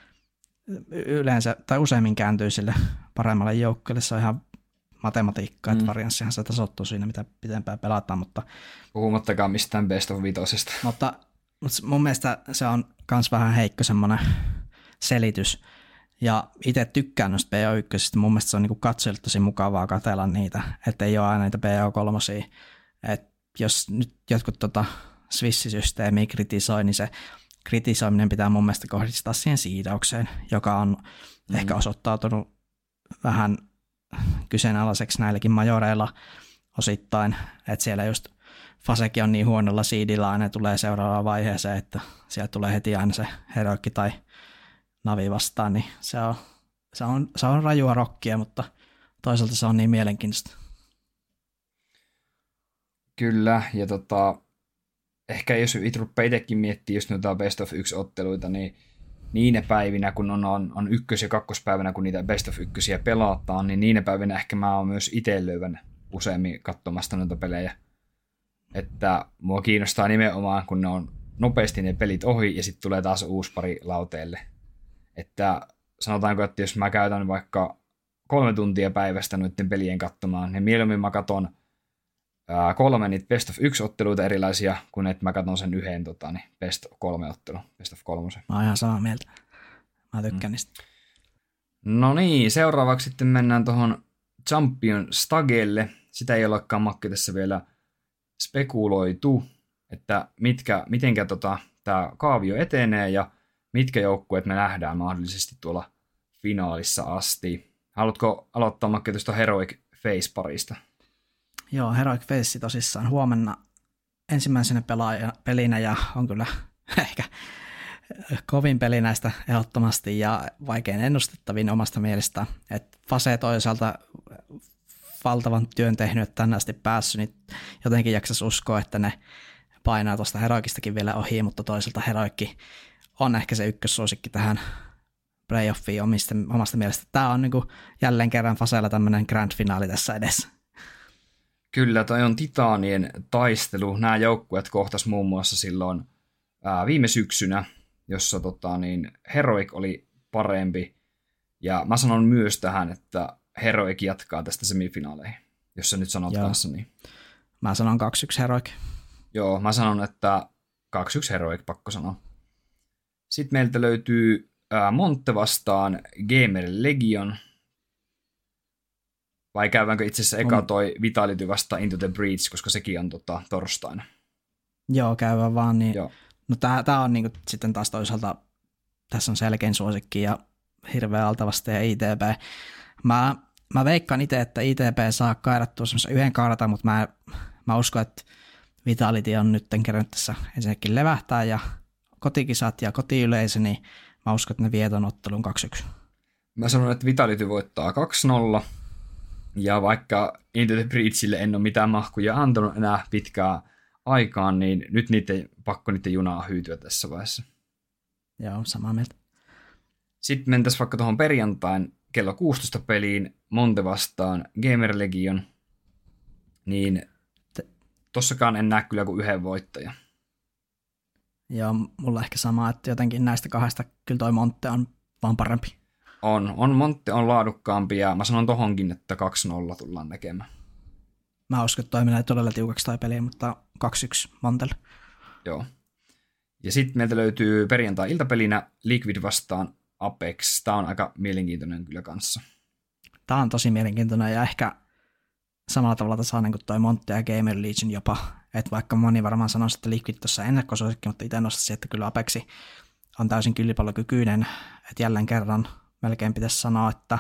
yleensä tai useimmin kääntyy sille paremmalle joukkueelle. Se on ihan matematiikkaa, mm. että varianssihan se tasoittuu siinä, mitä pitempään pelataan. Mutta, puhumattakaan mistään best of vitosesta. Mutta, mutta mun mielestä se on myös vähän heikko semmoinen selitys. Ja itse tykkään noista B O yksi, mun mielestä se on niinku katsojille tosi mukavaa katsella niitä, että ei ole aina niitä B O kolme. Että jos nyt jotkut tota Swiss-systeemiä kritisoi, niin se kritisoiminen pitää mun mielestä kohdistaa siihen siidaukseen, joka on mm. ehkä osoittautunut vähän kyseenalaiseksi näilläkin majoreilla osittain, että siellä just Fasekin on niin huonolla siidillä aina tulee seuraavaan vaiheeseen, että sieltä tulee heti aina se heroikki tai navi vastaan, niin se on, se on, se on rajua rokkia, mutta toisaalta se on niin mielenkiintoista. Kyllä, ja tota, ehkä jos rupeaa itsekin miettimään just noita best of yksi otteluita, niin niinä päivinä, kun on, on, on ykkös- ja kakkospäivänä, kun niitä best of ykkösiä pelataan, niin niinä päivinä ehkä mä oon myös itse löyvän useammin katsomasta noita pelejä. Että mua kiinnostaa nimenomaan, kun ne on nopeasti ne pelit ohi, ja sitten tulee taas uusi pari lauteelle. Että sanotaanko, että jos mä käytän vaikka kolme tuntia päivästä noiden pelien katsomaan, niin mieluummin mä katon ää, kolme niitä best of yksi otteluita erilaisia, kun että mä katon sen yhden tota, niin best of kolme ottelu, best of kolmosen. Mä oon ihan samaa mieltä. Mä tykkään mm. niistä. No niin, seuraavaksi sitten mennään tuohon Champion Stagelle. Sitä ei olekaan Makki tässä vielä spekuloitu, että mitkä, mitenkä tota, tämä kaavio etenee ja mitkä joukkueet me nähdään mahdollisesti tuolla finaalissa asti. Haluatko aloittaa Makki tuosta Heroic Face-parista? Joo, Heroic Face tosissaan huomenna ensimmäisenä pelaaja, pelinä ja on kyllä ehkä kovin peli näistä ehdottomasti ja vaikein ennustettavin omasta mielestä. Että Fase toisaalta valtavan työn tehnyt, että tänne asti päässyt, niin jotenkin jaksaisi uskoa, että ne painaa tuosta Heroikistakin vielä ohi, mutta toisaalta Heroikki on ehkä se ykkössuosikki tähän playoffiin omista, omasta mielestä. Tämä on niin kuin jälleen kerran Fasella tämmöinen grand finaali tässä edessä. Kyllä, toi on titaanien taistelu. Nämä joukkueet kohtas muun muassa silloin ää, viime syksynä, jossa tota, niin Heroic oli parempi. Ja mä sanon myös tähän, että Heroic jatkaa tästä semifinaaleihin, jos sä nyt sanot Joo. kanssa niin. Mä sanon kaksi yksi Heroic. Joo, mä sanon, että kaksi yksi Heroic, pakko sanoa. Sitten meiltä löytyy ää, Monte vastaan Gamer Legion. Vai käydäänkö itse asiassa eka toi Vitality vastaan Into the Breach, koska sekin on tota, torstaina. Joo, käydään vaan niin. Joo. No tää, tää on niinku sitten taas toisaalta, tässä on selkein suosikki ja hirveä altavasta ja I T P. Mä, mä veikkaan itse, että I T P saa kairattua semmoisen yhden kaarata, mutta mä, mä uskon, että Vitality on nyt kerännyt tässä ensinnäkin levähtää ja kotikisat ja kotiyleisö, niin mä uskon, että ne vie ton ottelun kaksi yksi. Mä sanon, että Vitality voittaa kaksi nolla. Ja vaikka Into the Breachille en ole mitään mahkuja antanut enää pitkään aikaan, niin nyt niiden, pakko niiden junaa hyytyä tässä vaiheessa. Joo, samaa mieltä. Sitten mentäisiin vaikka tuohon perjantain kello kuusitoista peliin Monte vastaan Gamer Legion, niin tossakaan en näe kyllä kuin yhden voittajan. Joo, mulla ehkä sama, että jotenkin näistä kahdesta kyllä toi Monte on vaan parempi. On, on Monte on laadukkaampi ja mä sanon tohonkin, että kaksi nolla tullaan näkemään. Mä uskon, että toi menee todella tiukaksi toi peli, mutta kaksi yksi Montelle. Joo. Ja sitten meiltä löytyy perjantai-iltapelinä Liquid vastaan Apex. Tää on aika mielenkiintoinen kyllä kanssa. Tää on tosi mielenkiintoinen ja ehkä samalla tavalla tasainen kuin toi Monte ja Gamer Legion jopa. Että vaikka moni varmaan sanoisi, että Liquid tuossa ennakkosuosikki, mutta itse nostaisin, että kyllä Apexi on täysin kilpailukykyinen. Että jälleen kerran melkein pitäisi sanoa, että,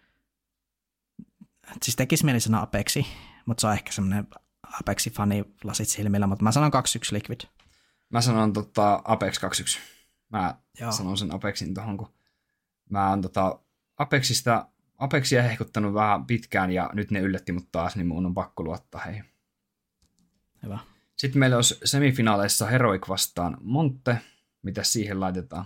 että siis tekisi mieli sanoa Apexi, mutta se on ehkä semmoinen Apexi-fani lasit silmillä, mutta mä sanon kaksi yksi Liquid. Mä sanon tota, Apex kaksi yksi. Mä Joo. sanon sen Apexin tohon, kun mä oon tota, Apexista, Apexia hehkuttanut vähän pitkään ja nyt ne yllätti mut taas, niin mun on pakko luottaa heihin. Hyvä. Sitten meillä olisi semifinaaleissa Heroic vastaan Monte. Mitä siihen laitetaan?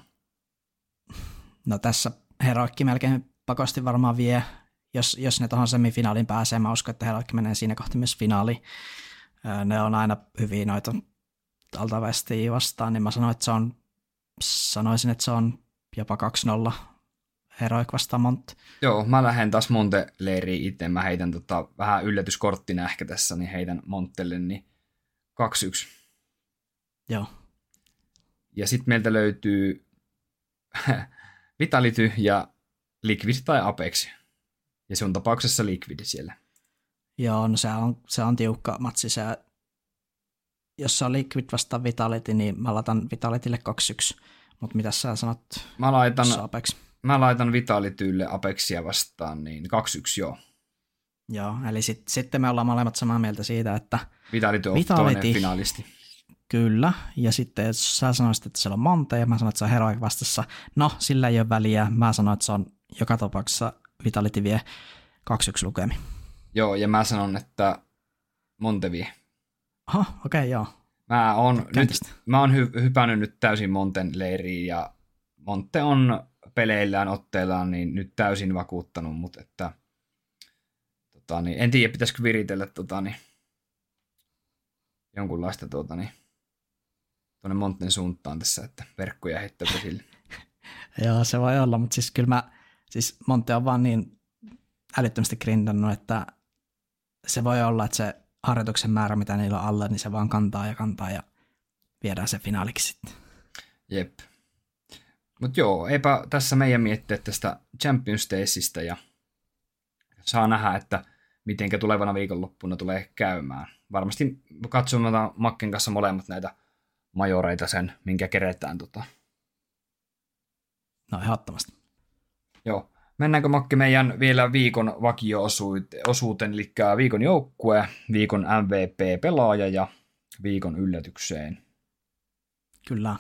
No tässä Heroikki melkein pakosti varmaan vie, jos, jos ne tuohon semifinaaliin pääsee. Mä uskon, että Heroikki menee siinä kohti myös finaaliin. Ne on aina hyviä noita alta vestiin vastaan, niin mä sanoin, että se on, sanoisin, että se on jopa kaksi nolla Heroic vastaan Monte. Joo, mä lähden taas Monte-leiriin itse. Mä heitän tota, vähän yllätyskorttina ehkä tässä, niin heitän Montelle, niin kaksi yksi. Joo. Ja sitten meiltä löytyy Vitality ja Liquid tai Apex. Ja sun tapauksessa Liquid siellä. Joo, no se on, se on tiukka matsi. Se, jos se on Liquid vastaan Vitality, niin mä laitan Vitalitylle kaksi yksi. Mutta mitä sä sanot? Mä laitan, Apex? mä laitan Vitalitylle Apexia vastaan, niin kaksi yksi joo. Joo, eli sit, sitten me ollaan molemmat samaa mieltä siitä, että Vitality on Vitality, toinen finalisti. Kyllä, ja sitten jos sä sanoisit, että siellä on Monte, ja mä sanoin, että se on Heroic vastassa, no, sillä ei ole väliä. Mä sanoin, että se on joka tapauksessa Vitality vie kaksi yksi lukemi. Joo, ja mä sanon, että Monte vie. Aha, okei, okay, joo. Mä oon, nyt, Käntistä. mä oon hy, hypännyt nyt täysin Monten leiriin, ja Monte on peleillään, otteillaan, niin nyt täysin vakuuttanut, mutta että tota, niin, en tiedä, pitäisikö viritellä tota, niin, jonkunlaista tuota, niin, tuonne Monten suuntaan tässä, että verkkoja heittää sille. Joo, se voi olla, mutta siis kyllä mä, siis Monte on vaan niin älyttömästi grindannut, että se voi olla, että se harjoituksen määrä, mitä niillä on alla, niin se vaan kantaa ja kantaa ja viedään se finaaliksi sitten. Jep. Mutta joo, eipä tässä meidän miettiä tästä Champions Daysista ja saa nähdä, että mitenkä tulevana viikonloppuna tulee käymään. Varmasti katsomme Makken kanssa molemmat näitä majoreita sen, minkä keretään. Tota. No ehdottomasti. Joo. Mennäänkö Makke meidän vielä viikon vakio-osuuteen, eli viikon joukkue, viikon M V P-pelaaja ja viikon yllätykseen? Kyllä.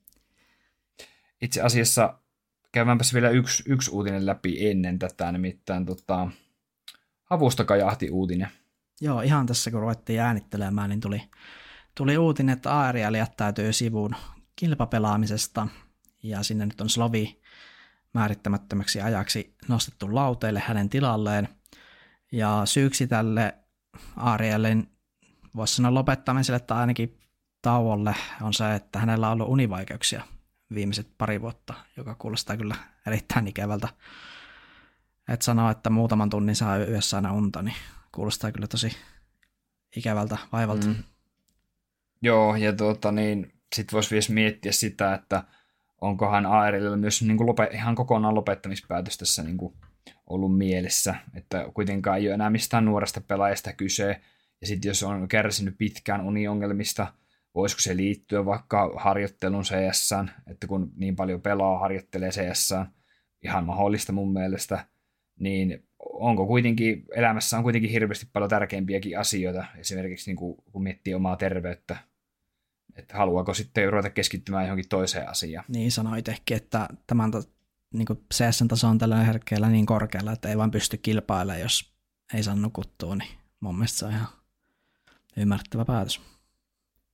Itse asiassa käydäänpäs vielä yksi, yksi uutinen läpi ennen tätä, nimittäin tota, havusta kajahti uutinen. Joo, ihan tässä kun ruvettiin äänittelemään, niin tuli, tuli uutinen, että Aerial jättäytyy sivuun kilpapelaamisesta, ja sinne nyt on Slovi määrittämättömäksi ajaksi nostettu lauteille hänen tilalleen. Ja syyksi tälle Aerialin, voisi sanoa lopettamiselle tai ainakin tauolle, on se, että hänellä on ollut univaikeuksia viimeiset pari vuotta, joka kuulostaa kyllä erittäin ikävältä. Et sanoa, että muutaman tunnin saa yössä aina unta, niin kuulostaa kyllä tosi ikävältä vaivalta. Mm. Joo, ja tuota, niin, sitten voisi vielä miettiä sitä, että onkohan Aerialilla myös niin kuin lope, ihan kokonaan lopettamispäätös tässä niin kuin ollut mielessä, että kuitenkaan ei ole enää mistään nuoresta pelaajasta kyse, ja sitten jos on kärsinyt pitkään uniongelmista, voisiko se liittyä vaikka harjoittelun C S:ään, että kun niin paljon pelaa, harjoittelee C S:ään, ihan mahdollista mun mielestä, niin onko kuitenkin, elämässä on kuitenkin hirveästi paljon tärkeimpiäkin asioita, esimerkiksi niin kuin, kun miettii omaa terveyttä, että haluaako sitten ruveta keskittymään johonkin toiseen asiaan. Niin sanoi itsekin, että tämän niin C S-taso on tällä herkkeellä niin korkealla, että ei vaan pysty kilpailemaan, jos ei saa nukuttua, niin mun mielestä se on ihan ymmärrettävä päätös.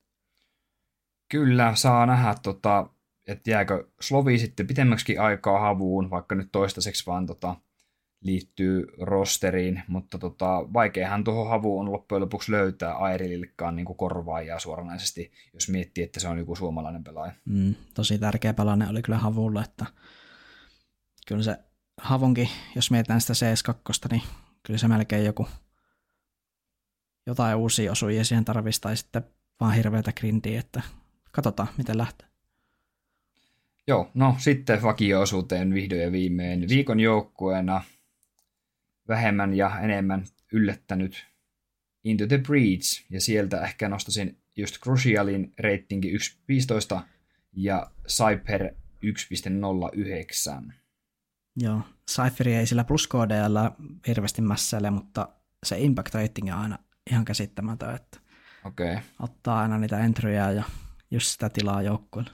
Kyllä, saa nähdä, tota, että jääkö Slovi sitten pitemmäksi aikaa havuun, vaikka nyt toistaiseksi vaan tota, liittyy rosteriin, mutta tota, vaikeahan tuohon havuun on loppujen lopuksi löytää Airilillekaan niin korvaajaa suoranaisesti, jos miettii, että se on joku suomalainen pelaaja. Mm, tosi tärkeä palanen oli kyllä havulla, että kyllä se havunkin, jos mietitään sitä C S kaksi, niin kyllä se melkein joku jotain uusia osujia siihen tarvitsisi, tai sitten vaan hirveätä grindiä, että katsotaan, miten lähtee. Joo, no sitten vakio-osuuteen vihdoin ja viimein. Viikon joukkueena vähemmän ja enemmän yllättänyt Into the Breach, ja sieltä ehkä nostasin just Crucialin ratingi yksi pilkku viisitoista ja Cypher yksi pilkku nolla yhdeksän. Joo, Cypheri ei sillä plus K D L hirveästi mässäile, mutta se impact rating on aina ihan käsittämätön, että okay. Ottaa aina niitä entryjä ja just sitä tilaa joukkueelle.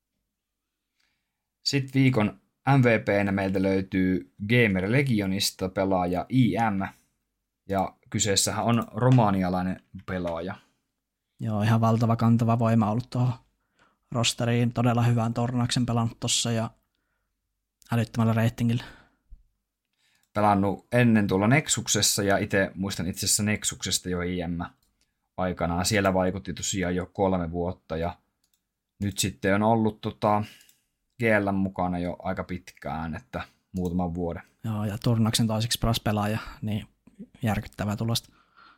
Sitten viikon M V P:nä meiltä löytyy Gamer Legionista pelaaja I M, ja kyseessähän on romanialainen pelaaja. Joo, ihan valtava kantava voima ollut tuohon rosteriin. Todella hyvän tornauksen pelannut tuossa ja älyttömällä ratingillä. Pelannut ennen tuolla Nexuksessa, ja itse muistan itse asiassa Nexuksesta jo I M aikanaan. Siellä vaikutti tosiaan jo kolme vuotta, ja nyt sitten on ollut tota G L mukana jo aika pitkään, että muutaman vuoden. Joo, ja turnauksen toiseksi paras pelaaja, niin järkyttävää tulosta.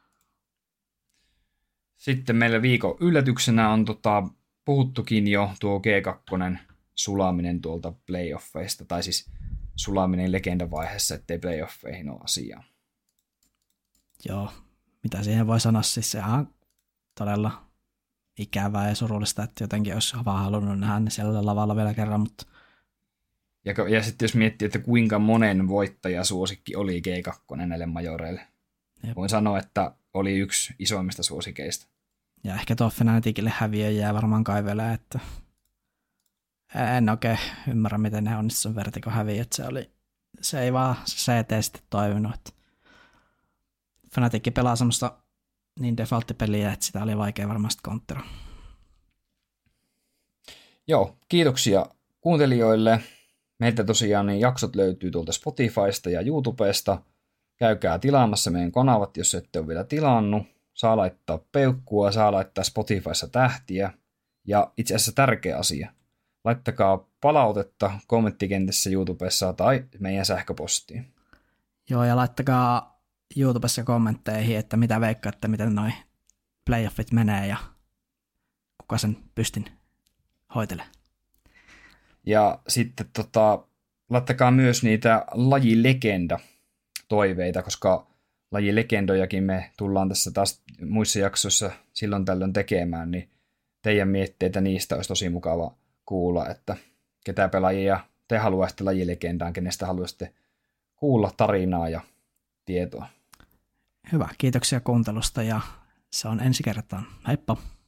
Sitten meillä viikon yllätyksenä on tota, puhuttukin jo tuo G kaksi sulaminen tuolta playoffeista, tai siis sulaminen legendavaiheessa, ettei playoffeihin ole asiaa. Joo, mitä siihen voi sanoa, siis sehän on todella ikävää ja surullista, että jotenkin olisi vaan halunnut nähdä ne siellä lavalla vielä kerran, mutta Ja, ja sitten jos miettii, että kuinka monen voittajasuosikki oli G kaksi näille majoreille. Jep. Voin sanoa, että oli yksi isoimmista suosikeista. Ja ehkä tuo Fnaticille häviö jää varmaan kaivelee, että en oikein ymmärrä, miten ne onnistuivat Vertigo häviö, että se, oli, se ei vaan se C T sitten toiminut. Että Fnatic pelaa semmoista niin defaulttipeliä, että sitä oli vaikea varmasti konttera. Joo, kiitoksia kuuntelijoille. Meiltä tosiaan niin jaksot löytyy tuolta Spotifysta ja YouTubesta. Käykää tilaamassa meidän kanavat, jos ette ole vielä tilannut. Saa laittaa peukkua, saa laittaa Spotifyssa tähtiä. Ja itse asiassa tärkeä asia. Laittakaa palautetta kommenttikentässä YouTubessa tai meidän sähköpostiin. Joo, ja laittakaa YouTubessa kommentteihin, että mitä veikkaatte, miten noi playoffit menee ja kuka sen pystin hoitelee. Ja sitten tota, laittakaa myös niitä lajilegenda toiveita, koska lajilegendojakin me tullaan tässä taas muissa jaksoissa silloin tällöin tekemään, niin teidän mietteitä niistä olisi tosi mukava kuulla, että ketä pelaajia te haluaisitte lajilegendaan, kenestä haluaisitte kuulla tarinaa ja tietoa. Hyvä, kiitoksia kuuntelusta ja se on ensi kertaan. Heippa!